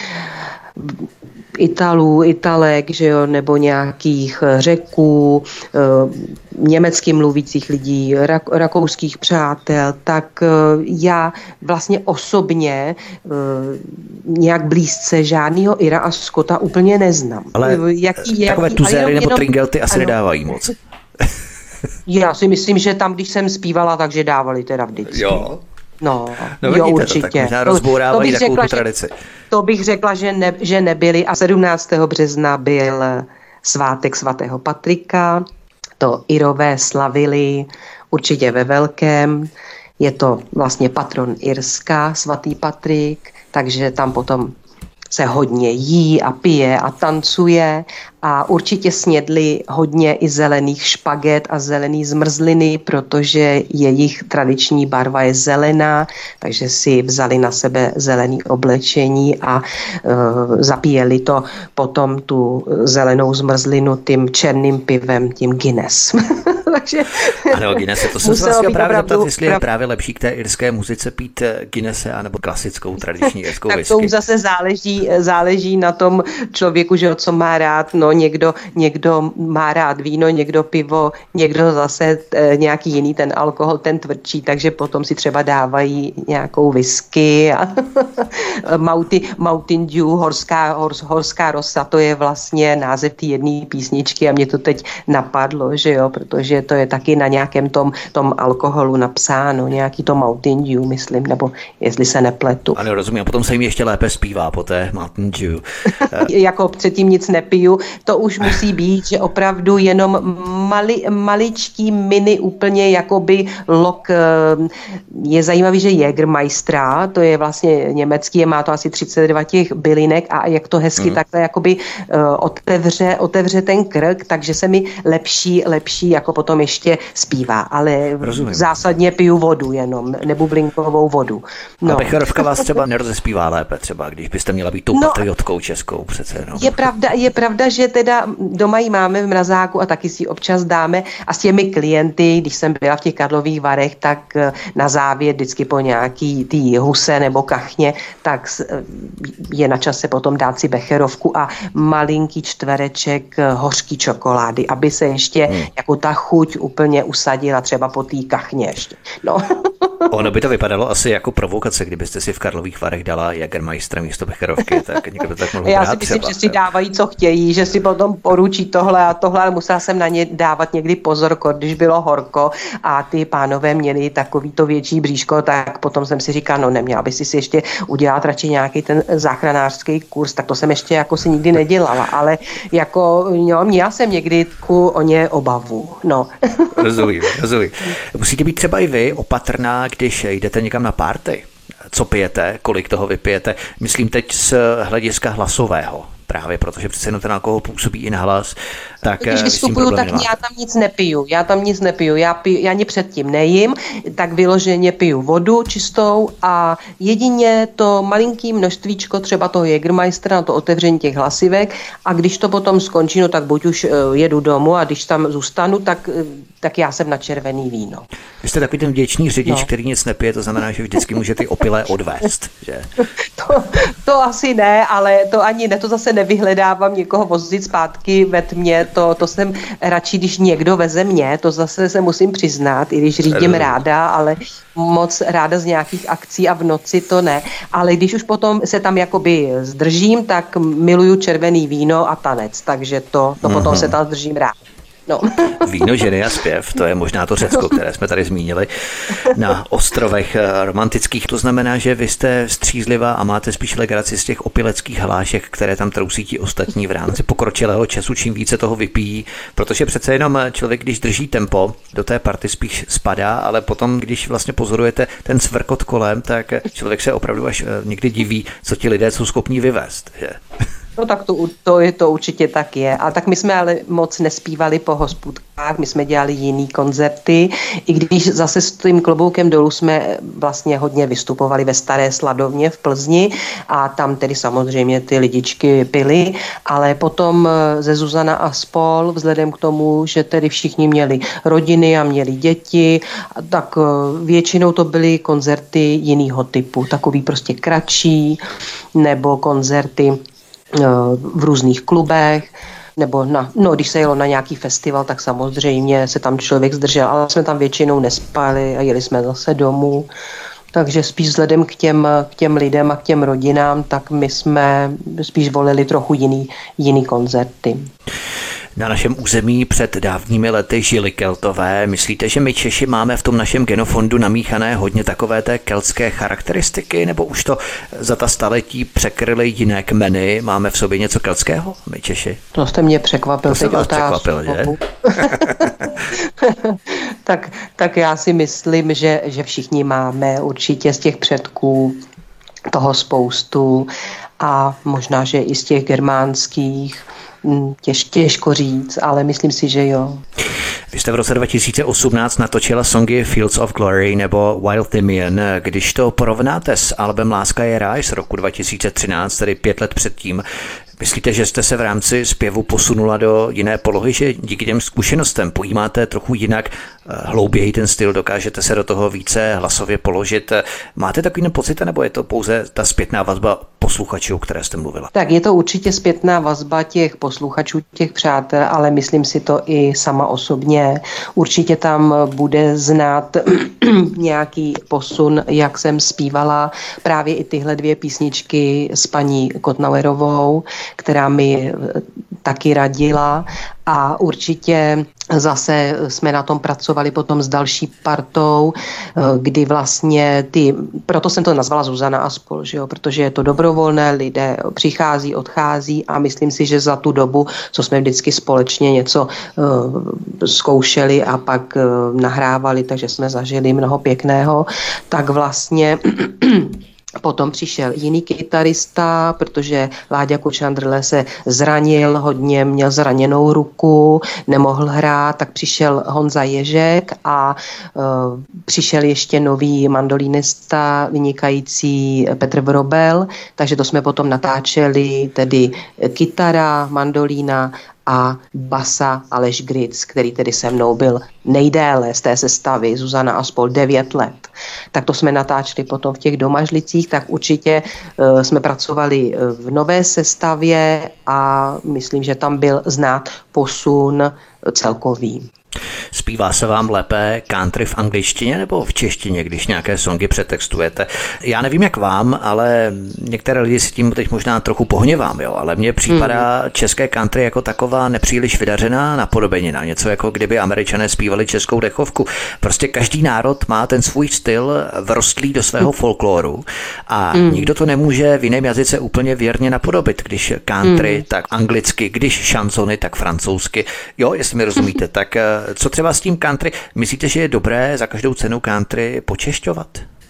Italů, Italek, že jo, nebo nějakých Řeků, německy mluvících lidí, rakouských přátel, tak já vlastně osobně nějak blízce žádného Ira a Skota úplně neznám. Ale takové tuzéry nebo tringelty asi nedávají moc. Já si myslím, že tam, když jsem zpívala, takže dávali teda vždycky. Jo. No vidíte, určitě. To tak možná rozbourávají takovou tu tradici. To bych řekla, že nebyli. A 17. března byl svátek svatého Patrika. To Irové slavili určitě ve velkém. Je to vlastně patron Irska, svatý Patrik, takže tam potom se hodně jí a pije a tancuje a určitě snědli hodně i zelených špaget a zelený zmrzliny, protože jejich tradiční barva je zelená, takže si vzali na sebe zelený oblečení a zapíjeli to potom tu zelenou zmrzlinu tím černým pivem, tím Guinness. Takže ano, Guinness, to jsem se vlastně právě zeptat, jestli je právě lepší k té irské muzice pít Guinnesse anebo klasickou tradiční irskou whisky. Tak to zase záleží na tom člověku, že co má rád. No, někdo má rád víno, někdo pivo, někdo zase nějaký jiný ten alkohol, ten tvrdší, takže potom si třeba dávají nějakou whisky a Mountain Dew, horská rosa, to je vlastně název té jedné písničky a mě to teď napadlo, že jo, protože to je taky na nějakém tom alkoholu napsáno, nějaký to Mountain Dew, myslím, nebo jestli se nepletu. Ano, rozumím, a potom se jim ještě lépe zpívá po té Mountain Dew. Jako předtím nic nepiju, to už musí být, že opravdu jenom maličký mini úplně jakoby lok. Je zajímavý, že Jägermeistera, to je vlastně německý, má to asi 32 těch bylinek a jak to hezky takhle jakoby otevře ten krk, takže se mi lepší jako potom ještě zpívá, ale zásadně piju vodu jenom, nebublinkovou vodu. No. A becherovka vás třeba nerozespívá lépe, třeba když byste měla být tou patriotkou českou přece jenom. Je pravda, že teda doma ji máme v mrazáku a taky si ji občas dáme a s těmi klienty, když jsem byla v těch Karlových Varech, tak na závěr vždycky po nějaký tý huse nebo kachně, tak je na čase potom dát si becherovku a malinký čtvereček hořký čokolády, aby se ještě jako ta chuť úplně usadila třeba po té kachně ještě. No. Ono by to vypadalo asi jako provokace, kdybyste si v Karlových Varech dala Jägermeistera místo becherovky, tak někdo by tak mohl Já brát si myslím, třeba, že si dávají, co chtějí, že si potom poručí tohle a tohle, ale musela jsem na ně dávat někdy pozor, když bylo horko a ty pánové měli takový to větší bříško, tak potom jsem si říkala, no neměla by si ještě udělat radši nějaký ten záchranářský kurz, tak to jsem ještě jako si nikdy nedělala, ale jako měla jsem někdy o ně obavu, no. Rozumím. Musíte být třeba i vy opatrná, když jdete někam na party. Co pijete, kolik toho vypijete, myslím teď z hlediska hlasového. Právě protože přece jenom ten alkohol působí i na hlas. Tak když vystupuju, tak já tam nic nepiju. Já ani předtím nejím, tak vyloženě piju vodu čistou a jedině to malinký množstvíčko třeba toho Jägermeistera na to otevření těch hlasivek a když to potom skončí, no tak buď už jedu domů a když tam zůstanu, tak já jsem na červený víno. Vy jste takový ten vděčný řidič, který nic nepije, to znamená, že vždycky může ty opilé odvést, že? To asi ne, ale to ani ne, to zase nevyhledávám někoho vozit zpátky ve tmě, to jsem radši, když někdo veze mě, to zase se musím přiznat, i když řídím ráda, ale moc ráda z nějakých akcí a v noci to ne. Ale když už potom se tam jakoby zdržím, tak miluju červený víno a tanec, takže to potom se tam zdržím rád. No. Víno, ženy a zpěv, to je možná to Řecko, které jsme tady zmínili na ostrovech romantických. To znamená, že vy jste střízlivá a máte spíš legraci z těch opileckých hlášek, které tam trousí ti ostatní v rámci pokročilého času, čím více toho vypijí, protože přece jenom člověk, když drží tempo, do té party spíš spadá, ale potom, když vlastně pozorujete ten cvrkot kolem, tak člověk se opravdu až někdy diví, co ti lidé jsou schopní vyvést, že? No tak to určitě tak je. A tak my jsme ale moc nespívali po hospůdkách, my jsme dělali jiný koncerty, i když zase s tím kloboukem dolů jsme vlastně hodně vystupovali ve Staré Sladovně v Plzni a tam tedy samozřejmě ty lidičky pily, ale potom ze Zuzana a spol, vzhledem k tomu, že tedy všichni měli rodiny a měli děti, tak většinou to byly koncerty jiného typu, takový prostě kratší, nebo koncerty v různých klubech, nebo když se jelo na nějaký festival, tak samozřejmě se tam člověk zdržel, ale jsme tam většinou nespali a jeli jsme zase domů. Takže spíš vzhledem k těm lidem a k těm rodinám, tak my jsme spíš volili trochu jiný koncerty. Na našem území před dávnými lety žili Keltové. Myslíte, že my Češi máme v tom našem genofondu namíchané hodně takové té keltské charakteristiky, nebo už to za ta staletí překryly jiné kmeny? Máme v sobě něco keltského, my Češi? To jste mě překvapil. To jsem vás překvapil, že? tak já si myslím, že všichni máme určitě z těch předků toho spoustu a možná, že i z těch germánských. Těžko říct, ale myslím si, že jo. Vy jste v roce 2018 natočila songy Fields of Glory nebo Wild Thymian. Když to porovnáte s albem Láska je ráj z roku 2013, tedy 5 let předtím, myslíte, že jste se v rámci zpěvu posunula do jiné polohy, že díky těm zkušenostem pojímáte trochu jinak, hlouběji ten styl, dokážete se do toho více hlasově položit? Máte takový pocit, nebo je to pouze ta zpětná vazba posluchačů, o které jste mluvila? Tak je to určitě zpětná vazba těch posluchačů, těch přátel, ale myslím si to i sama osobně. Určitě tam bude znát nějaký posun, jak jsem zpívala právě i tyhle 2 písničky s paní Kotnauerovou, která mi taky radila a určitě Zase jsme na tom pracovali potom s další partou, kdy vlastně proto jsem to nazvala Zuzana a spol, že jo, protože je to dobrovolné, lidé přichází, odchází a myslím si, že za tu dobu, co jsme vždycky společně něco zkoušeli a pak nahrávali, takže jsme zažili mnoho pěkného, tak vlastně potom přišel jiný kytarista, protože Láďa Kučandrle se zranil hodně, měl zraněnou ruku, nemohl hrát, tak přišel Honza Ježek a přišel ještě nový mandolínista, vynikající Petr Vrobel, takže to jsme potom natáčeli, tedy kytara, mandolína a basa Aleš Gric, který tedy se mnou byl nejdéle z té sestavy, Zuzana a spol 9 let. Tak to jsme natáčeli potom v těch Domažlicích, tak určitě jsme pracovali v nové sestavě a myslím, že tam byl znát posun celkový. Zpívá se vám lépe country v angličtině nebo v češtině, když nějaké songy přetextujete? Já nevím jak vám, ale některé lidi si tím teď možná trochu pohněvám, jo, ale mně připadá české country jako taková nepříliš vydařená napodobenina, něco jako kdyby Američané zpívali českou dechovku. Prostě každý národ má ten svůj styl vrostlý do svého folkloru a nikdo to nemůže v jiném jazyce úplně věrně napodobit, když country, tak anglicky, když šansony, tak francouzsky. Jo, jestli mi rozumíte, tak co třeba s tím country? Myslíte, že je dobré za každou cenu country počešťovat?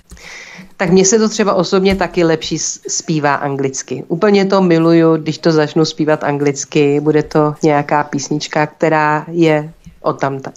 Tak mně se to třeba osobně taky lepší zpívá anglicky. Úplně to miluju, když to začnu zpívat anglicky. Bude to nějaká písnička, která je odtamtud.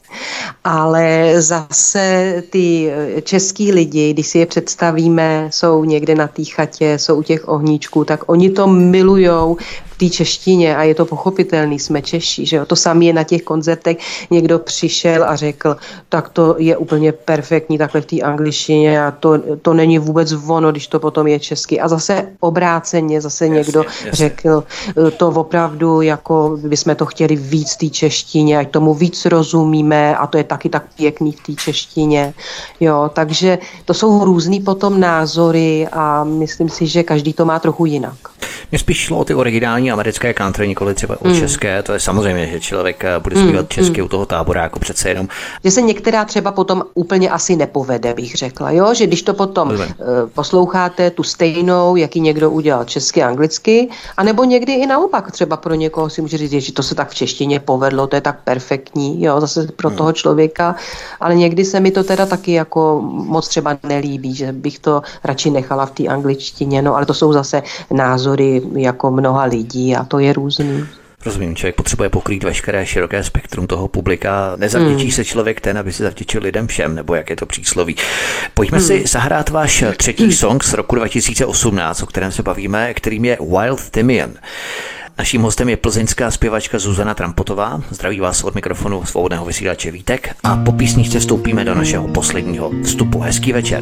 Ale zase ty český lidi, když si je představíme, jsou někde na té chatě, jsou u těch ohníčků, tak oni to milujou v té češtině a je to pochopitelný, jsme Češi, že jo? To samé je na těch koncertech, někdo přišel a řekl, tak to je úplně perfektní takhle v té angličtině a to není vůbec ono, když to potom je česky. A zase obráceně, zase někdo řekl, to opravdu, jako bychom to chtěli víc v té češtině, ať tomu víc rozumíme a to je taky tak pěkný v té češtině. Jo, takže to jsou různý potom názory a myslím si, že každý to má trochu jinak. Mně spíš šlo o ty originální americké country, nikoli třeba o české, to je samozřejmě, že člověk bude zpívat česky u toho táboráku přece jenom. Že se některá třeba potom úplně asi nepovede, bych řekla, jo? Že když to potom posloucháte tu stejnou, jaký někdo udělal česky, anglicky, anebo někdy i naopak třeba pro někoho si může říct, že to se tak v češtině povedlo, to je tak perfektní, jo, zase pro toho člověka, ale někdy se mi to teda taky jako moc třeba nelíbí, že bych to radši nechala v té angličtině, no ale to jsou zase názory jako mnoha lidí a to je různý. Rozumím, člověk potřebuje pokrýt veškeré široké spektrum toho publika. Nezavděčí se člověk ten, aby se zavděčil lidem všem, nebo jak je to přísloví. Pojďme si zahrát váš třetí song z roku 2018, o kterém se bavíme, kterým je Wild Timian. Naším hostem je plzeňská zpěvačka Zuzana Trampotová. Zdraví vás od mikrofonu svobodného vysílače Vítek a po písničce vstoupíme do našeho posledního vstupu. Hezký večer.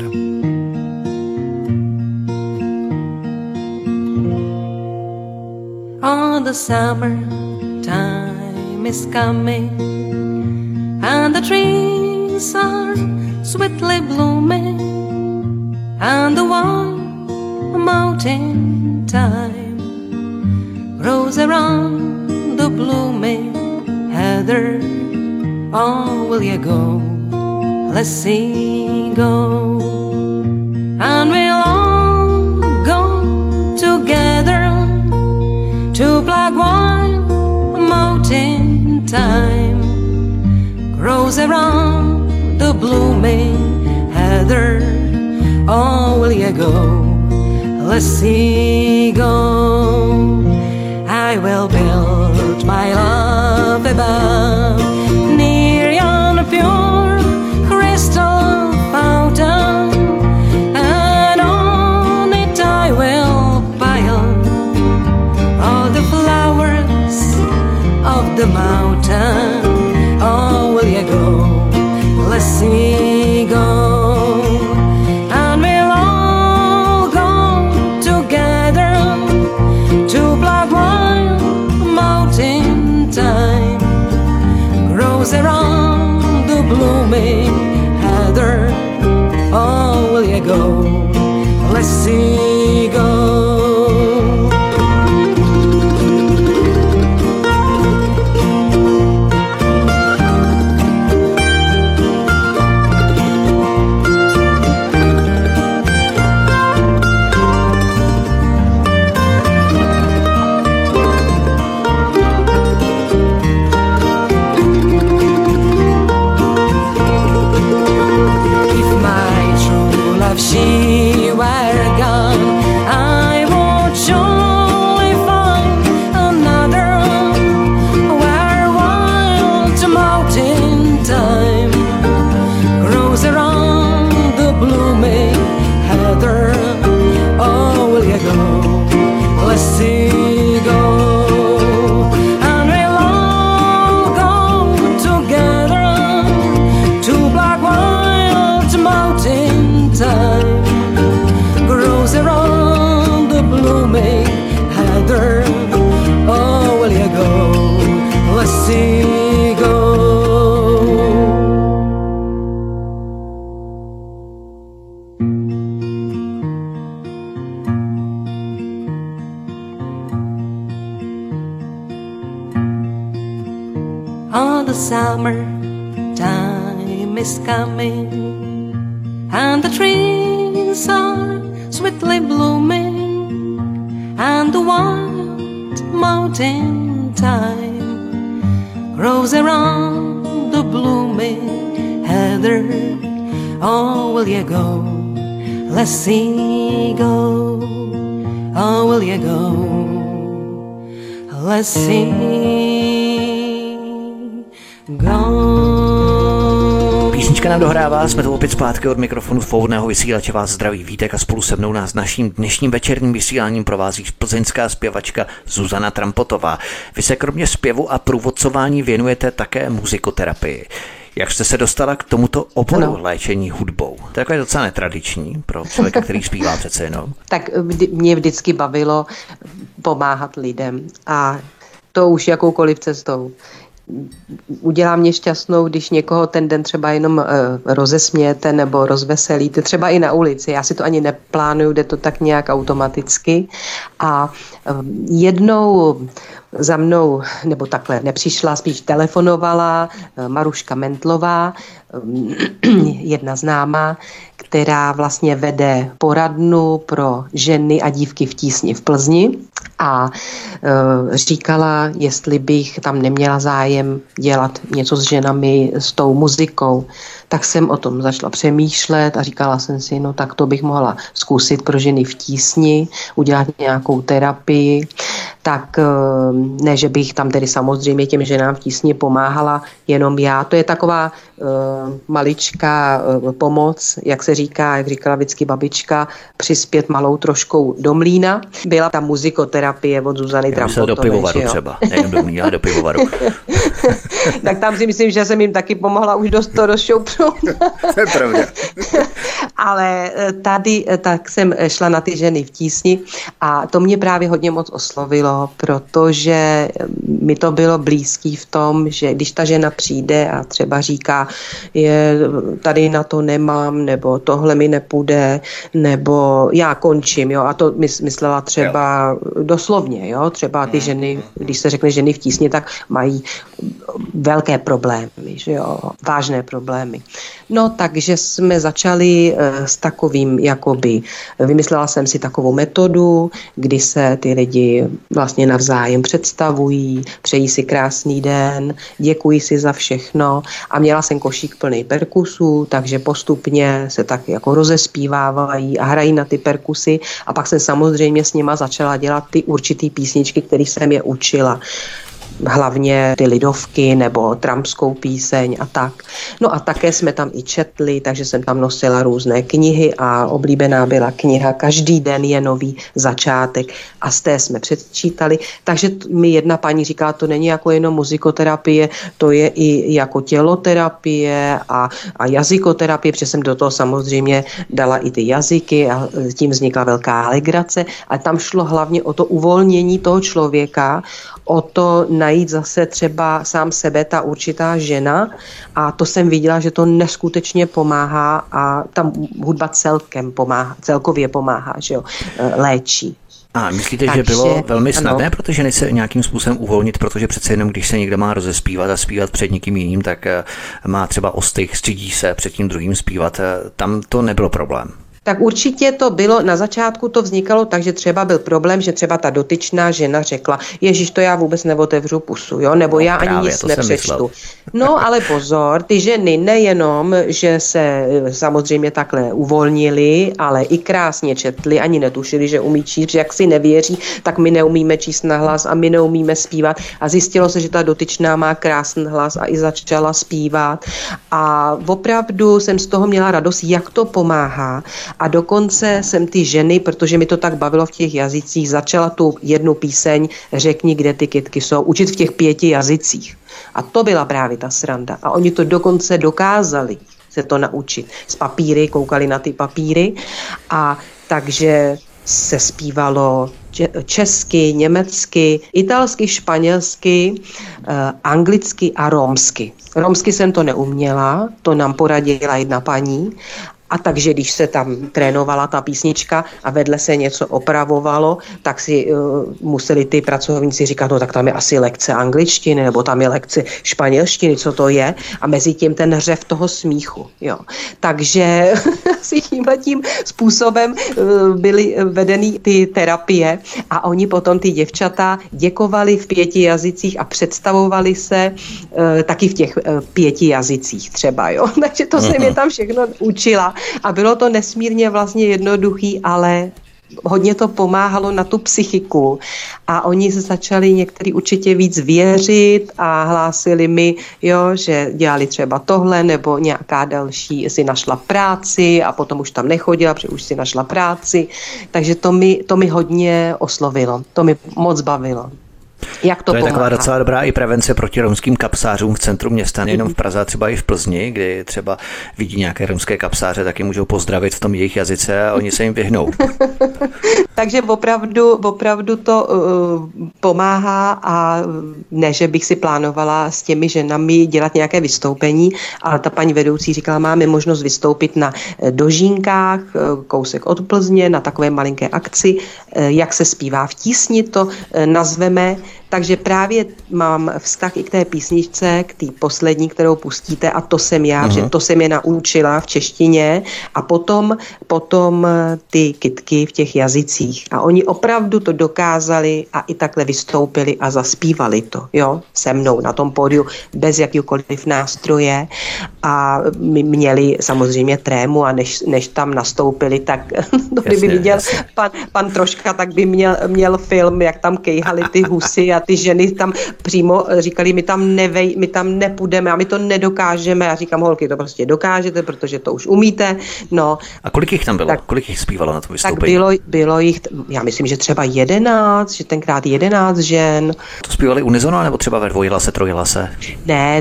All the summer time is coming and the trees are sweetly blooming and the warm mountain time grows around the blooming heather. Oh, will you go? Let's see, go. And we'll all go together to Black Wild Mountain. Time grows around the blooming heather. Oh, will you go? Let's see, go. I will build my love above near yon pure crystal fountain, and on it I will pile all the flowers of the mountain. Oh, will you go? Let's see, go. And we'll all go together to Black Wild Mountain. Time grows around the blooming heather. Oh, will you go? Let's see, go. let's see go. Oh, the summer time is coming, and the trees are sweetly blooming, and the wild mountain thyme grows around the blooming heather. Oh, will you go? Let's see go. Oh, will you go? Let's see go. Písnička nám dohrává, jsme tu opět zpátky od mikrofonu svobodného vysílače, vás zdraví Vítek a spolu se mnou nás naším dnešním večerním vysíláním provází plzeňská zpěvačka Zuzana Trampotová. Vy se kromě zpěvu a průvodcování věnujete také muzikoterapii. Jak jste se dostala k tomuto oboru léčení hudbou? To je takové docela netradiční pro člověka, který zpívá přece jenom. Tak mě vždycky bavilo pomáhat lidem a to už jakoukoliv cestou. Udělá mě šťastnou, když někoho ten den třeba jenom rozesmějete nebo rozveselíte, třeba i na ulici. Já si to ani neplánuju, jde to tak nějak automaticky. A jednou za mnou, nebo takhle, nepřišla, spíš telefonovala Maruška Mentlová, jedna známá, která vlastně vede poradnu pro ženy a dívky v tísni v Plzni a říkala, jestli bych tam neměla zájem dělat něco s ženami, s tou muzikou. Tak jsem o tom začala přemýšlet a říkala jsem si, no tak to bych mohla zkusit pro ženy v tísni, udělat nějakou terapii. Tak ne, že bych tam tedy samozřejmě těm ženám v tísni pomáhala jenom já. To je taková maličká pomoc, jak se říká, jak říkala vždycky babička, přispět malou troškou do mlýna. Byla tam muzikoterapie od Zuzany Trampotové. Do pivovaru třeba, nejenom do mlýna, do pivovaru. Tak tam si myslím, že jsem jim taky pomohla už dost to rozšoupnout. To je pravda. Ale tady tak jsem šla na ty ženy v tísni a to mě právě hodně moc oslovilo, protože mi to bylo blízký v tom, že když ta žena přijde a třeba říká, tady na to nemám, nebo tohle mi nepůjde, nebo já končím, jo, a to myslela třeba doslovně, jo, třeba ty ženy, když se řekne ženy v tísni, tak mají velké problémy, že jo, vážné problémy. No, takže jsme začali s takovým, jakoby, vymyslela jsem si takovou metodu, kdy se ty lidi vlastně navzájem představují, přejí si krásný den, děkuji si za všechno a měla jsem košík plný perkusů, takže postupně se tak jako rozespívávají a hrají na ty perkusy a pak jsem samozřejmě s nima začala dělat ty určitý písničky, které jsem je učila. Hlavně ty lidovky nebo trampskou píseň a tak. No a také jsme tam i četli, takže jsem tam nosila různé knihy a oblíbená byla kniha Každý den je nový začátek a z té jsme předčítali. Takže mi jedna paní říká, to není jako jenom muzikoterapie, to je i jako těloterapie a jazykoterapie, protože jsem do toho samozřejmě dala i ty jazyky a tím vznikla velká legrace a tam šlo hlavně o to uvolnění toho člověka, o to najít zase třeba sám sebe, ta určitá žena a to jsem viděla, že to neskutečně pomáhá a ta hudba celkově pomáhá, že jo, léčí. A myslíte, že bylo velmi snadné, ano, protože se nějakým způsobem uvolnit, protože přece jenom, když se někdo má rozespívat a zpívat před někým jiným, tak má třeba ostych, stydí se před tím druhým zpívat, tam to nebylo problém. Tak určitě to bylo, na začátku to vznikalo tak, že třeba byl problém, že třeba ta dotyčná žena řekla, Ježíš, to já vůbec neotevřu pusu, jo, nebo já ani nic nepřečtu. No ale pozor, ty ženy nejenom, že se samozřejmě takhle uvolnili, ale i krásně četli, ani netušili, že umí číst, že jak si nevěří, tak my neumíme číst na hlas a my neumíme zpívat a zjistilo se, že ta dotyčná má krásný hlas a i začala zpívat a opravdu jsem z toho měla radost, jak to pomáhá. A dokonce jsem ty ženy, protože mi to tak bavilo v těch jazycích, začala tu jednu píseň Řekni, kde ty kytky jsou, učit v těch 5 jazycích. A to byla právě ta sranda. A oni to dokonce dokázali se to naučit. Z papíry, koukali na ty papíry a takže se zpívalo česky, německy, italsky, španělsky, anglicky a romsky. Romsky jsem to neuměla, to nám poradila jedna paní. A takže když se tam trénovala ta písnička a vedle se něco opravovalo, tak si museli ty pracovníci říkat, no tak tam je asi lekce angličtiny, nebo tam je lekce španělštiny, co to je. A mezi tím ten řev toho smíchu. Jo. Takže asi tímhletím způsobem byly vedeny ty terapie a oni potom ty děvčata děkovali v 5 jazycích a představovali se taky v těch 5 jazycích třeba. Jo. Takže to jsem je tam všechno učila. A bylo to nesmírně vlastně jednoduchý, ale hodně to pomáhalo na tu psychiku. A oni se začali některý určitě víc věřit a hlásili mi, jo, že dělali třeba tohle nebo nějaká další, si našla práci a potom už tam nechodila, protože už si našla práci. Takže to mi hodně oslovilo, to mi moc bavilo. Jak to je pomáhá? Taková docela dobrá i prevence proti romským kapsářům v centru města, nejenom v Praze, třeba i v Plzni, kdy třeba vidí nějaké romské kapsáře, taky můžou pozdravit v tom jejich jazyce a oni se jim vyhnou. Takže opravdu to pomáhá a ne, že bych si plánovala s těmi ženami dělat nějaké vystoupení, ale ta paní vedoucí říkala, máme možnost vystoupit na Dožínkách, kousek od Plzně, na takové malinké akci, jak se zpívá v tísni, to nazveme. Takže právě mám vztah i k té písničce, k té poslední, kterou pustíte a to jsem já, že to jsem je naučila v češtině a potom ty kytky v těch jazycích. A oni opravdu to dokázali a i takhle vystoupili a zaspívali to, jo, se mnou na tom pódiu bez jakýkoliv nástroje a my měli samozřejmě trému a než tam nastoupili, tak kdyby viděl pan Troška, tak by měl film, jak tam kejhali ty husy a ty ženy tam přímo říkali, my tam nepůjdeme a my to nedokážeme. A říkám, holky, to prostě dokážete, protože to už umíte. No. A kolik jich tam bylo? Kolik jich zpívalo na tom vystoupení? Tak bylo jich, já myslím, že třeba 11, že tenkrát 11 žen. To zpívali unisono, nebo třeba ve dvojhlase, trojhlase? Ne,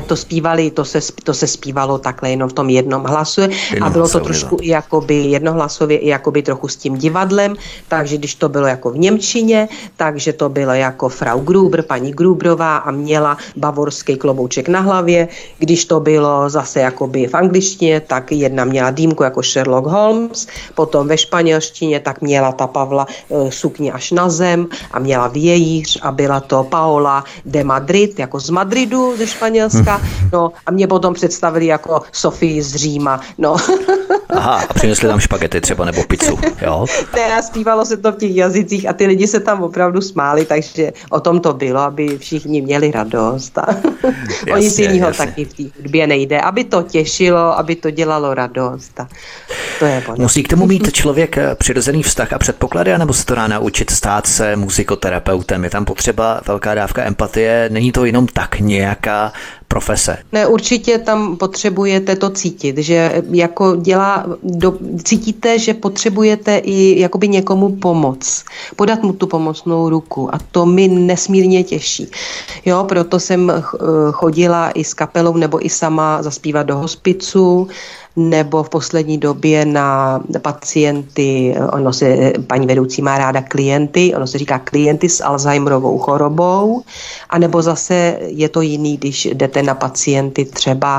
to se zpívalo takhle jenom v tom jednom hlasu a bylo to trošku i jakoby jednohlasově, i jakoby trochu s tím divadlem, takže když to bylo jako v němčině, takže to bylo jako Frau Gruber, paní Gruberová a měla bavorský klobouček na hlavě. Když to bylo zase jakoby v angličtině, tak jedna měla dýmku jako Sherlock Holmes, potom ve španělštině tak měla ta Pavla sukni až na zem a měla vějíř a byla to Paola de Madrid, jako z Madridu, ze Španělska. No a mě potom představili jako Sofii z Říma. No. Aha, a přinesli tam špagety třeba nebo pizzu, jo? Ne, a zpívalo se to v těch jazycích a ty lidi se tam opravdu smáli, takže o tom to bylo, aby všichni měli radost. O nic jiného taky v té hudbě nejde, aby to těšilo, aby to dělalo radost. A to je ono. Musí k tomu mít člověk přirozený vztah a předpoklady, anebo se to dá naučit stát se muzikoterapeutem? Je tam potřeba velká dávka empatie, není to jenom tak nějaká profese? Ne, určitě tam potřebujete to cítit, že jako cítíte, že potřebujete i jakoby někomu pomoct, podat mu tu pomocnou ruku a to mi nesmírně těší. Jo, proto jsem chodila i s kapelou nebo i sama zaspívat do hospicu, nebo v poslední době na pacienty, paní vedoucí má ráda klienty, ono se říká klienty s Alzheimerovou chorobou, anebo zase je to jiný, když jdete na pacienty třeba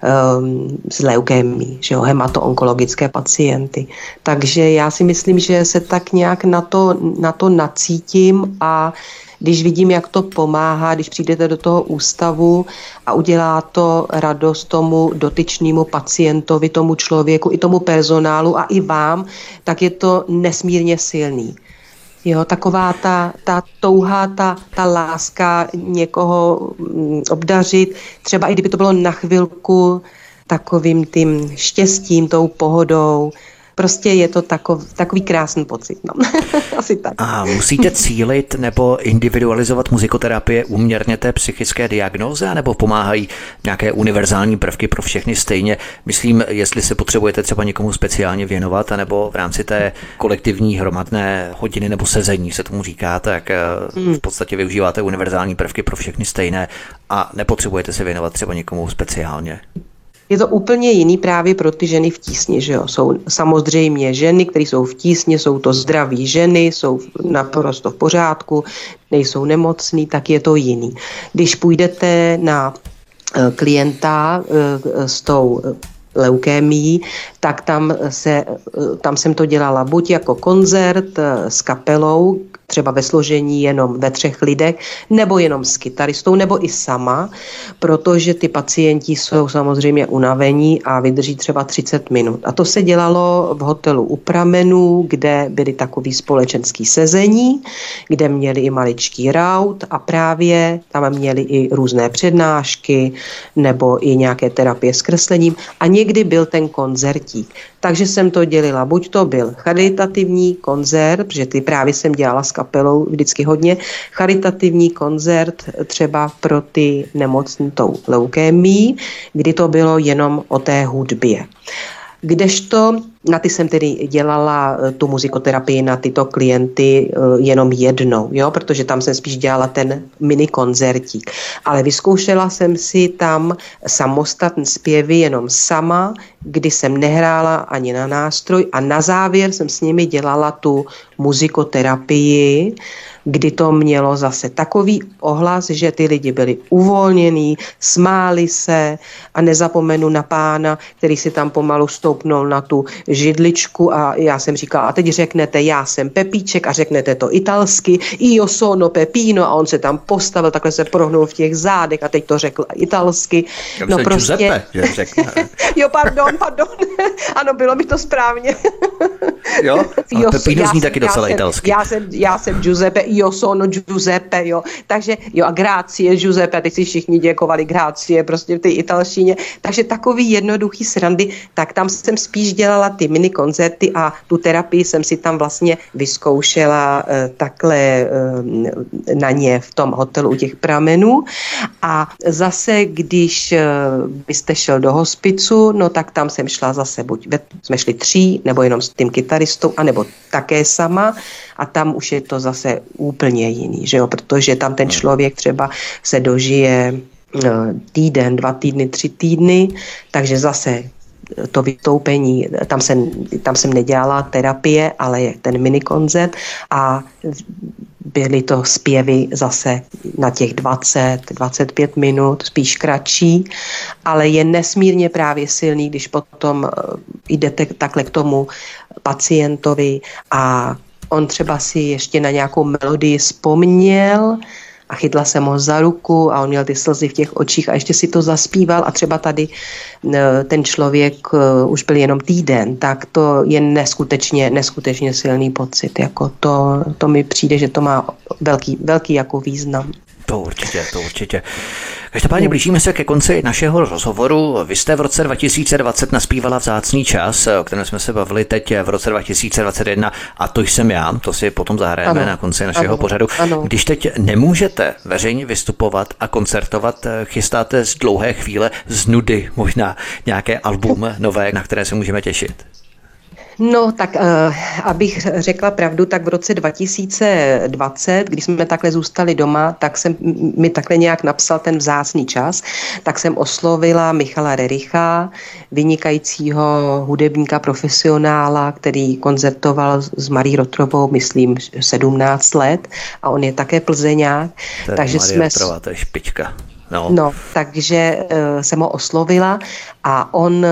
s leukémií, že jo, hematoonkologické pacienty. Takže já si myslím, že se tak nějak na to nacítím a když vidím, jak to pomáhá, když přijdete do toho ústavu a udělá to radost tomu dotyčnému pacientovi, tomu člověku, i tomu personálu a i vám, tak je to nesmírně silný. Jo, taková ta touha, ta láska někoho obdařit, třeba i kdyby to bylo na chvilku takovým tím štěstím, tou pohodou, prostě je to takový krásný pocit. No. Asi tak. A musíte cílit nebo individualizovat muzikoterapie úměrně té psychické diagnóze, nebo pomáhají nějaké univerzální prvky pro všechny stejně? Myslím, jestli se potřebujete třeba někomu speciálně věnovat, anebo v rámci té kolektivní hromadné hodiny nebo sezení se tomu říká, tak v podstatě využíváte univerzální prvky pro všechny stejné a nepotřebujete se věnovat třeba někomu speciálně. Je to úplně jiný právě pro ty ženy v tísni, že jo. Jsou samozřejmě ženy, které jsou v tísni, jsou to zdraví ženy, jsou naprosto v pořádku, nejsou nemocný, tak je to jiný. Když půjdete na klienta s tou leukémií, tak tam jsem to dělala buď jako koncert s kapelou, třeba ve složení jenom ve 3 lidech, nebo jenom s kytaristou, nebo i sama, protože ty pacienti jsou samozřejmě unavení a vydrží třeba 30 minut. A to se dělalo v hotelu U pramenů, kde byly takový společenský sezení, kde měli i maličký raut a právě tam měli i různé přednášky nebo i nějaké terapie s kreslením a někdy byl ten koncertík. Takže jsem to dělila, buď to byl charitativní koncert, protože ty právě jsem dělala s kapelou vždycky hodně, charitativní koncert třeba pro ty nemocní tou leukémií, kdy to bylo jenom o té hudbě. Kdežto na ty jsem tedy dělala tu muzikoterapii na tyto klienty jenom jednou, jo, protože tam jsem spíš dělala ten mini koncertík. Ale vyzkoušela jsem si tam samostatné zpěvy jenom sama, kdy jsem nehrála ani na nástroj a na závěr jsem s nimi dělala tu muzikoterapii, kdy to mělo zase takový ohlas, že ty lidi byli uvolnění, smáli se a nezapomenu na pána, který si tam pomalu stoupnul na tu židličku a já jsem říkala, a teď řeknete, já jsem Pepíček a řeknete to italsky, io sono Pepino a on se tam postavil, takhle se prohnul v těch zádech a teď to řekl italsky. No prostě... Giuseppe, že řekl. Jo, pardon. Ano, bylo mi to správně. Jo, a Pepino zní taky docela italsky. Já jsem Giuseppe, io sono Giuseppe, jo. Takže, jo, a grazie Giuseppe, a teď si všichni děkovali grazie, prostě v té italštině. Takže takový jednoduchý srandy, tak tam jsem spíš dělala ty mini koncerty a tu terapii jsem si tam vlastně vyzkoušela takhle na ně v tom hotelu u těch pramenů. A zase, když byste šel do hospicu, no tak tam jsem šla zase, jsme šli 3, nebo jenom s tím kytaristou, anebo také sama a tam už je to zase úplně jiný, že jo, protože tam ten člověk třeba se dožije týden, 2 týdny, 3 týdny, takže zase to vystoupení, tam jsem nedělala terapie, ale je ten minikoncert a byly to zpěvy zase na těch 20-25 minut, spíš kratší, ale je nesmírně právě silný, když potom jdete takhle k tomu pacientovi a on třeba si ještě na nějakou melodii vzpomněl a chytla jsem ho za ruku a on měl ty slzy v těch očích a ještě si to zaspíval a třeba tady ten člověk už byl jenom týden, tak to je neskutečně silný pocit. Jako to mi přijde, že to má velký jako význam. To určitě. Každopádně blížíme se ke konci našeho rozhovoru. Vy jste v roce 2020 naspívala Vzácný čas, o kterém jsme se bavili teď v roce 2021 a to jsem já, to si potom zahrajeme na konci našeho pořadu. Ano. Když teď nemůžete veřejně vystupovat a koncertovat, chystáte z dlouhé chvíle z nudy možná nějaké album nové, na které se můžeme těšit? No tak, abych řekla pravdu, tak v roce 2020, když jsme takhle zůstali doma, tak jsem mi takhle nějak napsal ten Vzácný čas, tak jsem oslovila Michala Rericha, vynikajícího hudebníka, profesionála, který koncertoval s Marí Rotrovou, myslím, 17 let a on je také Plzeňák. Takže Rotrová, to je špička. No, takže jsem ho oslovila a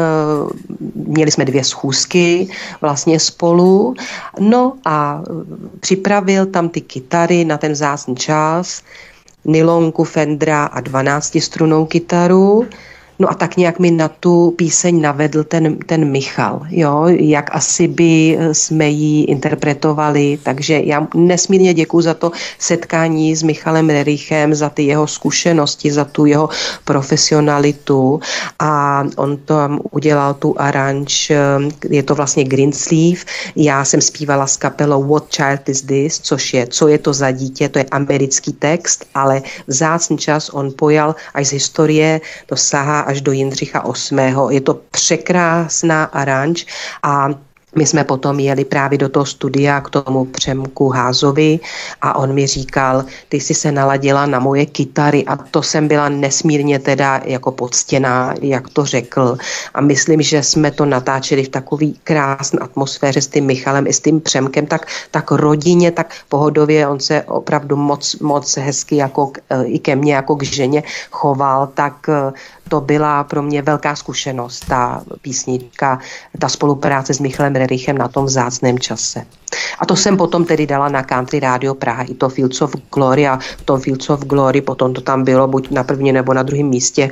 měli jsme 2 schůzky vlastně spolu, no a připravil tam ty kytary na ten Vzácný čas, nylonku Fendera a 12strunnou kytaru. No a tak nějak mi na tu píseň navedl ten Michal, jo, jak asi by jsme ji interpretovali, takže já nesmírně děkuju za to setkání s Michalem Rerichem, za ty jeho zkušenosti, za tu jeho profesionalitu a on tam udělal tu aranž, je to vlastně Greensleeve, já jsem zpívala s kapelou What Child Is This, což je, co je to za dítě, to je americký text, ale Vzácný čas on pojal až z historie, to sahá až do Jindřicha VIII. Je to překrásná aranž a My jsme potom jeli právě do toho studia k tomu Přemku Házovi a on mi říkal, ty jsi se naladila na moje kytary a to jsem byla nesmírně teda jako poctěná, jak to řekl. A myslím, že jsme to natáčeli v takový krásné atmosféře s tím Michalem i s tím Přemkem, tak rodině, tak pohodově, on se opravdu moc hezky jako i ke mně jako k ženě choval, tak to byla pro mě velká zkušenost, ta písnička, ta spolupráce s Michalem Rerichem na tom vzácném čase. A to jsem potom tedy dala na Country Radio Praha, i to Fields of Glory, a v tom Fields of Glory potom to tam bylo buď na prvním nebo na druhém místě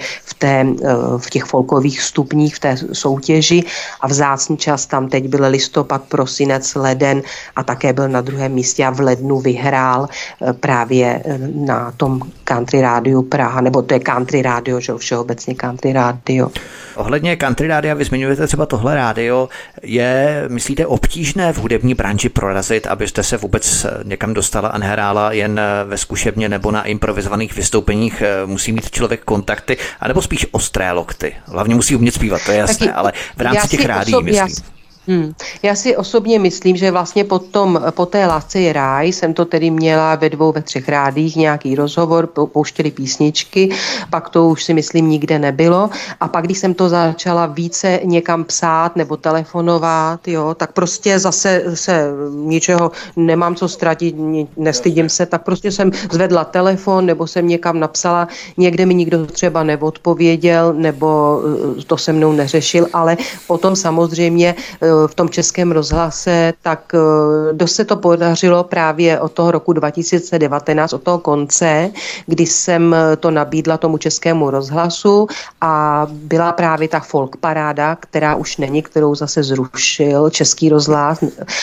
v těch folkových stupních v té soutěži a vzácný čas tam teď byl listopad, prosinec, leden a také byl na druhém místě a v lednu vyhrál právě na tom Country Radio Praha, nebo to je Country Radio, že všeobecně Country Radio. Ohledně Country Rádia, vy zmiňujete třeba tohle rádio, je, myslíte, obtížné v hudební branži prorazit, abyste se vůbec někam dostala a nehrála jen ve zkušebně nebo na improvizovaných vystoupeních? Musí mít člověk kontakty, anebo spíš ostré lokty? Hlavně musí umět zpívat, to je jasné, taky, ale v rámci těch rádií, myslím. Já si osobně myslím, že vlastně po té Lásce je ráj jsem to tedy měla ve 2, ve 3 rádiích nějaký rozhovor, pouštěli písničky, pak to už si myslím nikde nebylo a pak, když jsem to začala více někam psát nebo telefonovat, jo, tak prostě zase se ničeho nemám co ztratit, nestydím se, tak prostě jsem zvedla telefon nebo jsem někam napsala, někde mi nikdo třeba neodpověděl nebo to se mnou neřešil, ale potom samozřejmě v tom Českém rozhlase, tak dost se to podařilo právě od toho roku 2019, od toho konce, kdy jsem to nabídla tomu Českému rozhlasu a byla právě ta folk paráda, která už není, kterou zase zrušil Český rozhlas.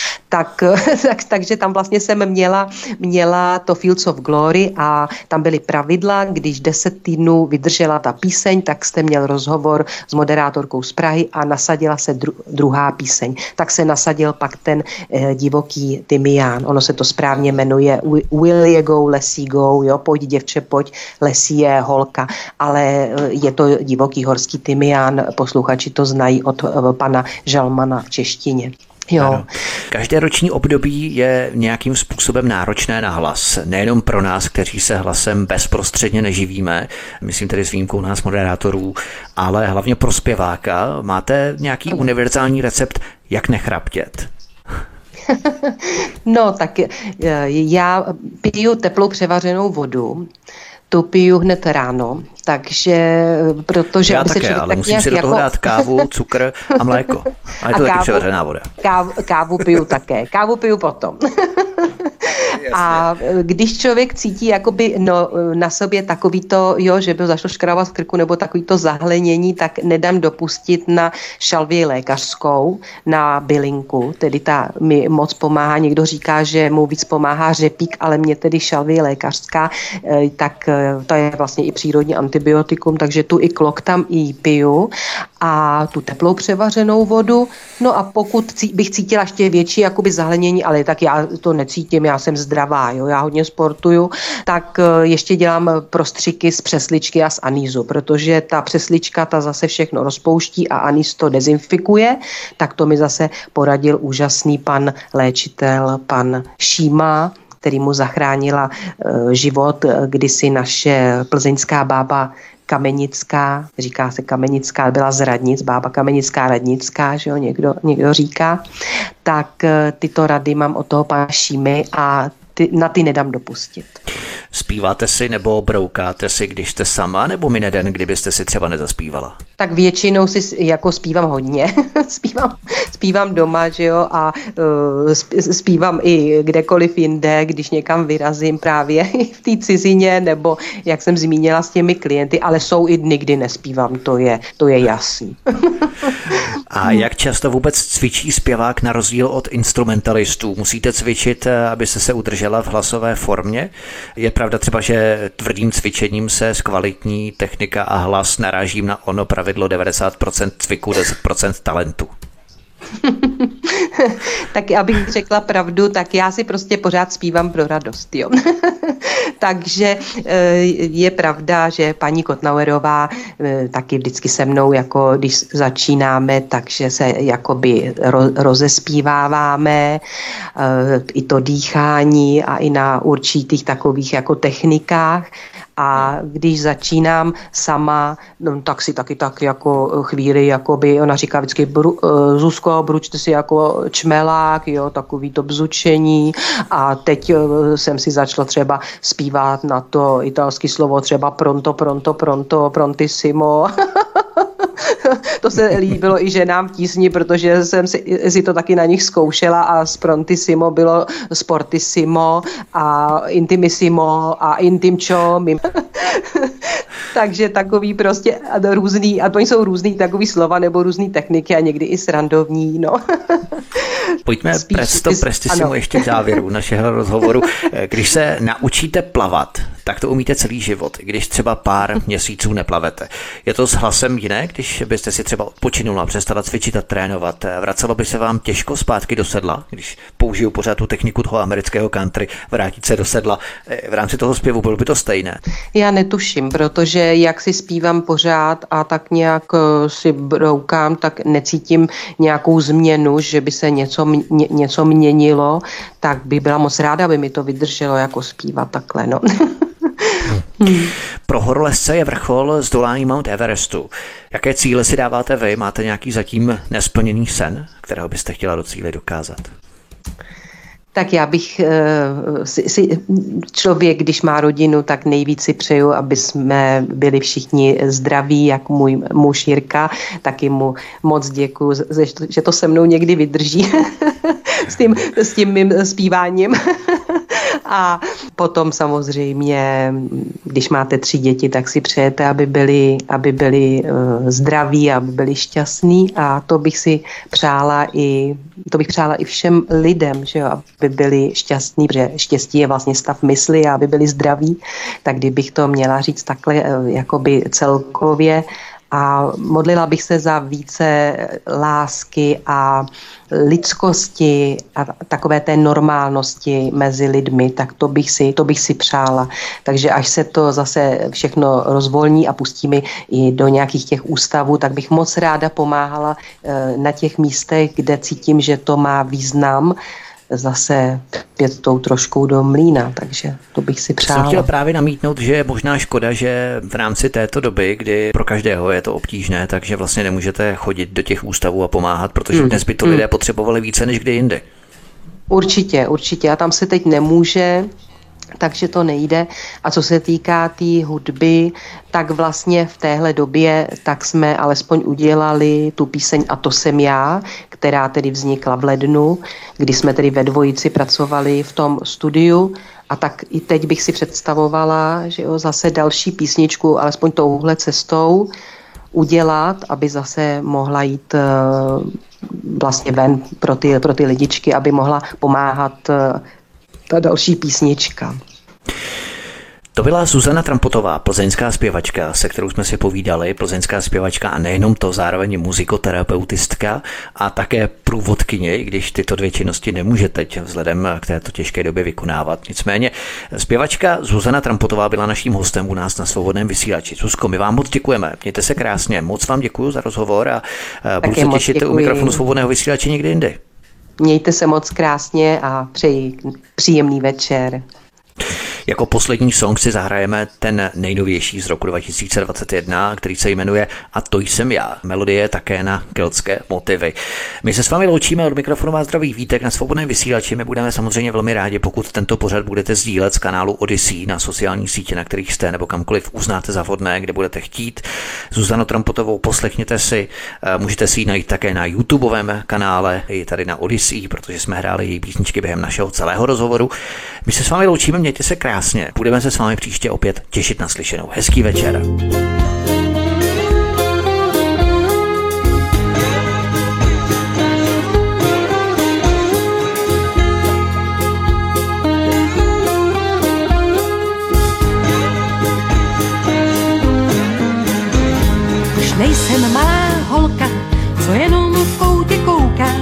Takže tam vlastně jsem měla to Fields of Glory a tam byly pravidla, když 10 týdnů vydržela ta píseň, tak jste měl rozhovor s moderátorkou z Prahy a nasadila se druhá píseň. Tak se nasadil pak ten divoký tymián. Ono se to správně jmenuje Will you go, Lesí go, jo, pojď děvče, pojď, Lesí je holka, ale je to divoký horský tymián, posluchači to znají od pana Žalmana v češtině. Jo. Ano. Každé roční období je nějakým způsobem náročné na hlas. Nejenom pro nás, kteří se hlasem bezprostředně neživíme, myslím tedy s výjimkou nás moderátorů, ale hlavně pro zpěváka. Máte nějaký univerzální recept, jak nechraptět? No, tak já piju teplou převařenou vodu, tu piju hned ráno, takže protože... Já také, ale musím si do toho dát kávu, cukr a mléko. A je to taky převařená voda. Kávu piju také, kávu piju potom. A když člověk cítí jakoby na sobě takovýto, že by ho zašlo škrábat v krku nebo takovýto zahlenění, tak nedám dopustit na šalvii lékařskou, na bylinku, tedy ta mi moc pomáhá. Někdo říká, že mu víc pomáhá řepík, ale mě tedy šalvie lékařská, tak to je vlastně i přírodní antibiotikum, takže tu i klok tam i piju a tu teplou převařenou vodu. No a pokud bych cítila ještě větší jakoby zahlenění, ale tak já to necítím, já jsem zdravá, já hodně sportuju, tak ještě dělám prostřiky z přesličky a z anízu, protože ta přeslička ta zase všechno rozpouští a aníz to dezinfikuje, tak to mi zase poradil úžasný pan léčitel, pan Šíma, který mu zachránila život, kdysi naše plzeňská bába Kamenická, říká se Kamenická, byla z Radnic, bába Kamenická Radnická, že jo, někdo říká, tak tyto rady mám od toho pana Šímy a na ty nedám dopustit. Zpíváte si nebo broukáte si, když jste sama, nebo mine den, kdybyste si třeba nezaspívala? Tak většinou si jako zpívám hodně. zpívám doma, že jo, a zpívám i kdekoliv jinde, když někam vyrazím právě v té cizině, nebo jak jsem zmínila s těmi klienty, ale jsou i dny, kdy nespívám, to je jasný. A jak často vůbec cvičí zpěvák na rozdíl od instrumentalistů? Musíte cvičit, abyste se udržela v hlasové formě? Je pravda třeba, že tvrdým cvičením se zkvalitní technika a hlas, narážím na ono pravidlo 90% cviku, 10% talentu? Tak abych řekla pravdu, tak já si prostě pořád zpívám pro radost, jo. Takže je pravda, že paní Kotnauerová taky vždycky se mnou, jako když začínáme, takže se jakoby rozespíváváme, i to dýchání a i na určitých takových jako technikách. A když začínám sama, no, tak si taky tak jako chvíli, jakoby, ona říká vždycky, Zuzko, bručte si jako čmelák, jo, takový to bzučení. A teď jsem si začala třeba zpívat na to italské slovo, třeba pronto, prontissimo. To se líbilo i ženám v tísni, protože jsem si to taky na nich zkoušela a z prontissimo bylo sportissimo a intimissimo a intimčo. Takže takový prostě různý, a to jsou různý takový slova nebo různý techniky a někdy i srandovní, no. Pojďme prestissimo ještě k závěru našeho rozhovoru. Když se naučíte plavat, tak to umíte celý život, když třeba pár měsíců neplavete. Je to s hlasem jiné, když byste si třeba odpočinula, přestala cvičit a trénovat? Vracelo by se vám těžko zpátky do sedla, když použiju pořád tu techniku toho amerického country, vrátit se do sedla v rámci toho zpěvu, bylo by to stejné? Já netuším, protože jak si zpívám pořád a tak nějak si broukám, tak necítím nějakou změnu, že by se něco měnilo, tak by byla moc ráda, aby mi to vydrželo jako zpívat takhle, no. Pro horolezce je vrchol zdolání Mount Everestu. Jaké cíle si dáváte vy? Máte nějaký zatím nesplněný sen, kterého byste chtěla do cíle dokázat? Tak já bych člověk, když má rodinu, tak nejvíc si přeju, aby jsme byli všichni zdraví, jak můj muž Jirka, taky mu moc děkuju, že to se mnou někdy vydrží s tím mým zpíváním. A potom samozřejmě, když máte 3 děti, tak si přejete, aby byli zdraví, aby byli šťastní, a to bych přála i všem lidem, že jo, aby byli šťastní, protože štěstí je vlastně stav mysli, a aby byli zdraví, tak kdybych to měla říct takhle jakoby celkově. A modlila bych se za více lásky a lidskosti a takové té normálnosti mezi lidmi, tak to bych si přála. Takže až se to zase všechno rozvolní a pustíme i do nějakých těch ústavů, tak bych moc ráda pomáhala na těch místech, kde cítím, že to má význam, zase pět tou troškou do mlýna, takže to bych si přála. Jsem chtěla právě namítnout, že je možná škoda, že v rámci této doby, kdy pro každého je to obtížné, takže vlastně nemůžete chodit do těch ústavů a pomáhat, protože dnes by to lidé potřebovali více než kdy jindy. Určitě. A tam se teď nemůže, takže to nejde. A co se týká té hudby, tak vlastně v téhle době tak jsme alespoň udělali tu píseň A to jsem já, která tedy vznikla v lednu, kdy jsme tedy ve dvojici pracovali v tom studiu. A tak i teď bych si představovala, že jo, zase další písničku, alespoň touhle cestou udělat, aby zase mohla jít vlastně ven pro ty lidičky, aby mohla pomáhat ta další písnička. To byla Zuzana Trampotová, plzeňská zpěvačka, se kterou jsme si povídali. Plzeňská zpěvačka a nejenom to, zároveň muzikoterapeutistka a také průvodkyně, i když tyto 2 činnosti nemůže teď vzhledem k této těžké době vykonávat. Nicméně zpěvačka Zuzana Trampotová byla naším hostem u nás na Svobodném vysílači. Zuzko, my vám moc děkujeme. Mějte se krásně. Moc vám děkuju za rozhovor a budu se těšit u mikrofonu Svobodného vysílače někdy jindy. Mějte se moc krásně a přeji příjemný večer. Jako poslední song si zahrajeme ten nejnovější z roku 2021, který se jmenuje A to jsem já. Melodie je také na keltské motivy. My se s vámi loučíme, od mikrofonu vás zdraví Vítek na Svobodném vysílači. My budeme samozřejmě velmi rádi, pokud tento pořad budete sdílet z kanálu Odyssey na sociální sítě, na kterých jste, nebo kamkoliv uznáte za vhodné, kde budete chtít. Zuzanu Trampotovou poslechněte si, můžete si ji najít také na YouTubeovém kanále, i tady na Odyssey, protože jsme hráli její písničky během našeho celého rozhovoru. My se s vámi loučíme, mějte se krásně. Budeme se s vámi příště opět těšit na slyšenou. Hezký večer. Už nejsem malá holka, co jenom v koutě kouká,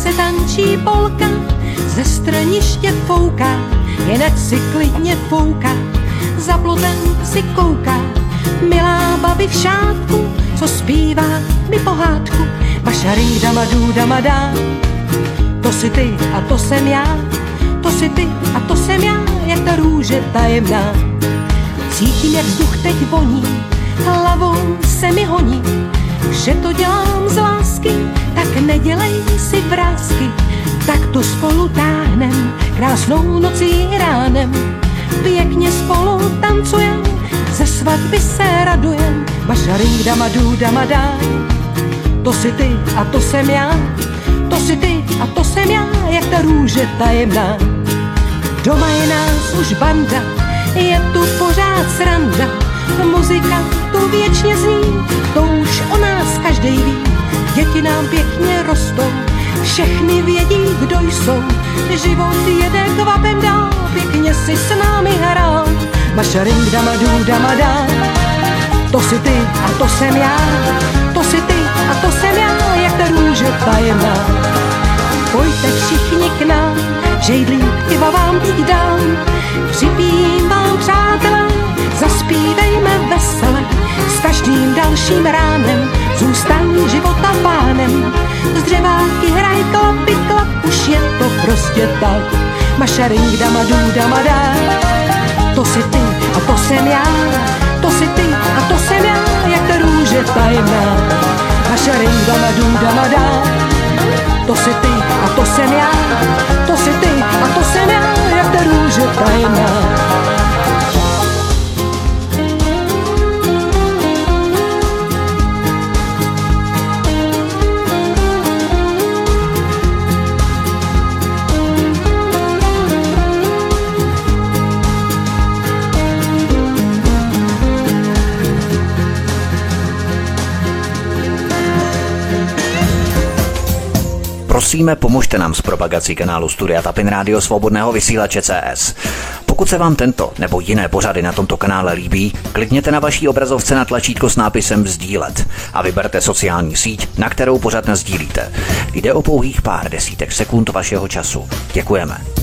se tančí polka, ze straniště fouká, jenec si klidně fouká, za plotem si kouká, milá babi v šátku, co zpívá mi pohádku, mašaring damadů damadá. To si ty a to jsem já, to si ty a to jsem já, jak ta růže tajemná. Cítím, jak vzduch teď voní, hlavou se mi honí, že to dělám z lásky, tak nedělej si vrásky, tak to spolu táhnem, krásnou nocí ránem, pěkně spolu tancujem, ze svatby se radujem, mašaring damadů damadá. To si ty a to jsem já, to si ty a to jsem já, jak ta růže tajemná. Doma je nás už banda, je tu pořád sranda, muzika tu věčně zní, to už o nás každej ví. Děti nám pěkně rostou, všechny vědí, kdo jsou, život jede kvapem dál, pěkně si s námi hrál, mašaring damadů damadá. To si ty a to jsem já, to si ty a to jsem já, jak ta růže tajemná. Pojďte všichni k nám, žejdlí piva vám teď dám, připijím vám přátelé, zaspívejme vesele, s každým dalším ránem zůstaň života pánem. Z dřeváky hraj klapy klap, už je to prostě tak, mašaring damadů damadá. To si ty a to jsem já, to si ty a to jsem já, jak ta růže tajemná, mašaring damadů damadá. To si ty a to jsem já, to si ty a to jsem já, jak ta růže tajemná. Prosíme, pomožte nám s propagací kanálu Studia Tapin Rádio Svobodného vysílače CS. Pokud se vám tento nebo jiné pořady na tomto kanále líbí, klikněte na vaší obrazovce na tlačítko s nápisem sdílet a vyberte sociální síť, na kterou pořad nasdílíte. Jde o pouhých pár desítek sekund vašeho času. Děkujeme.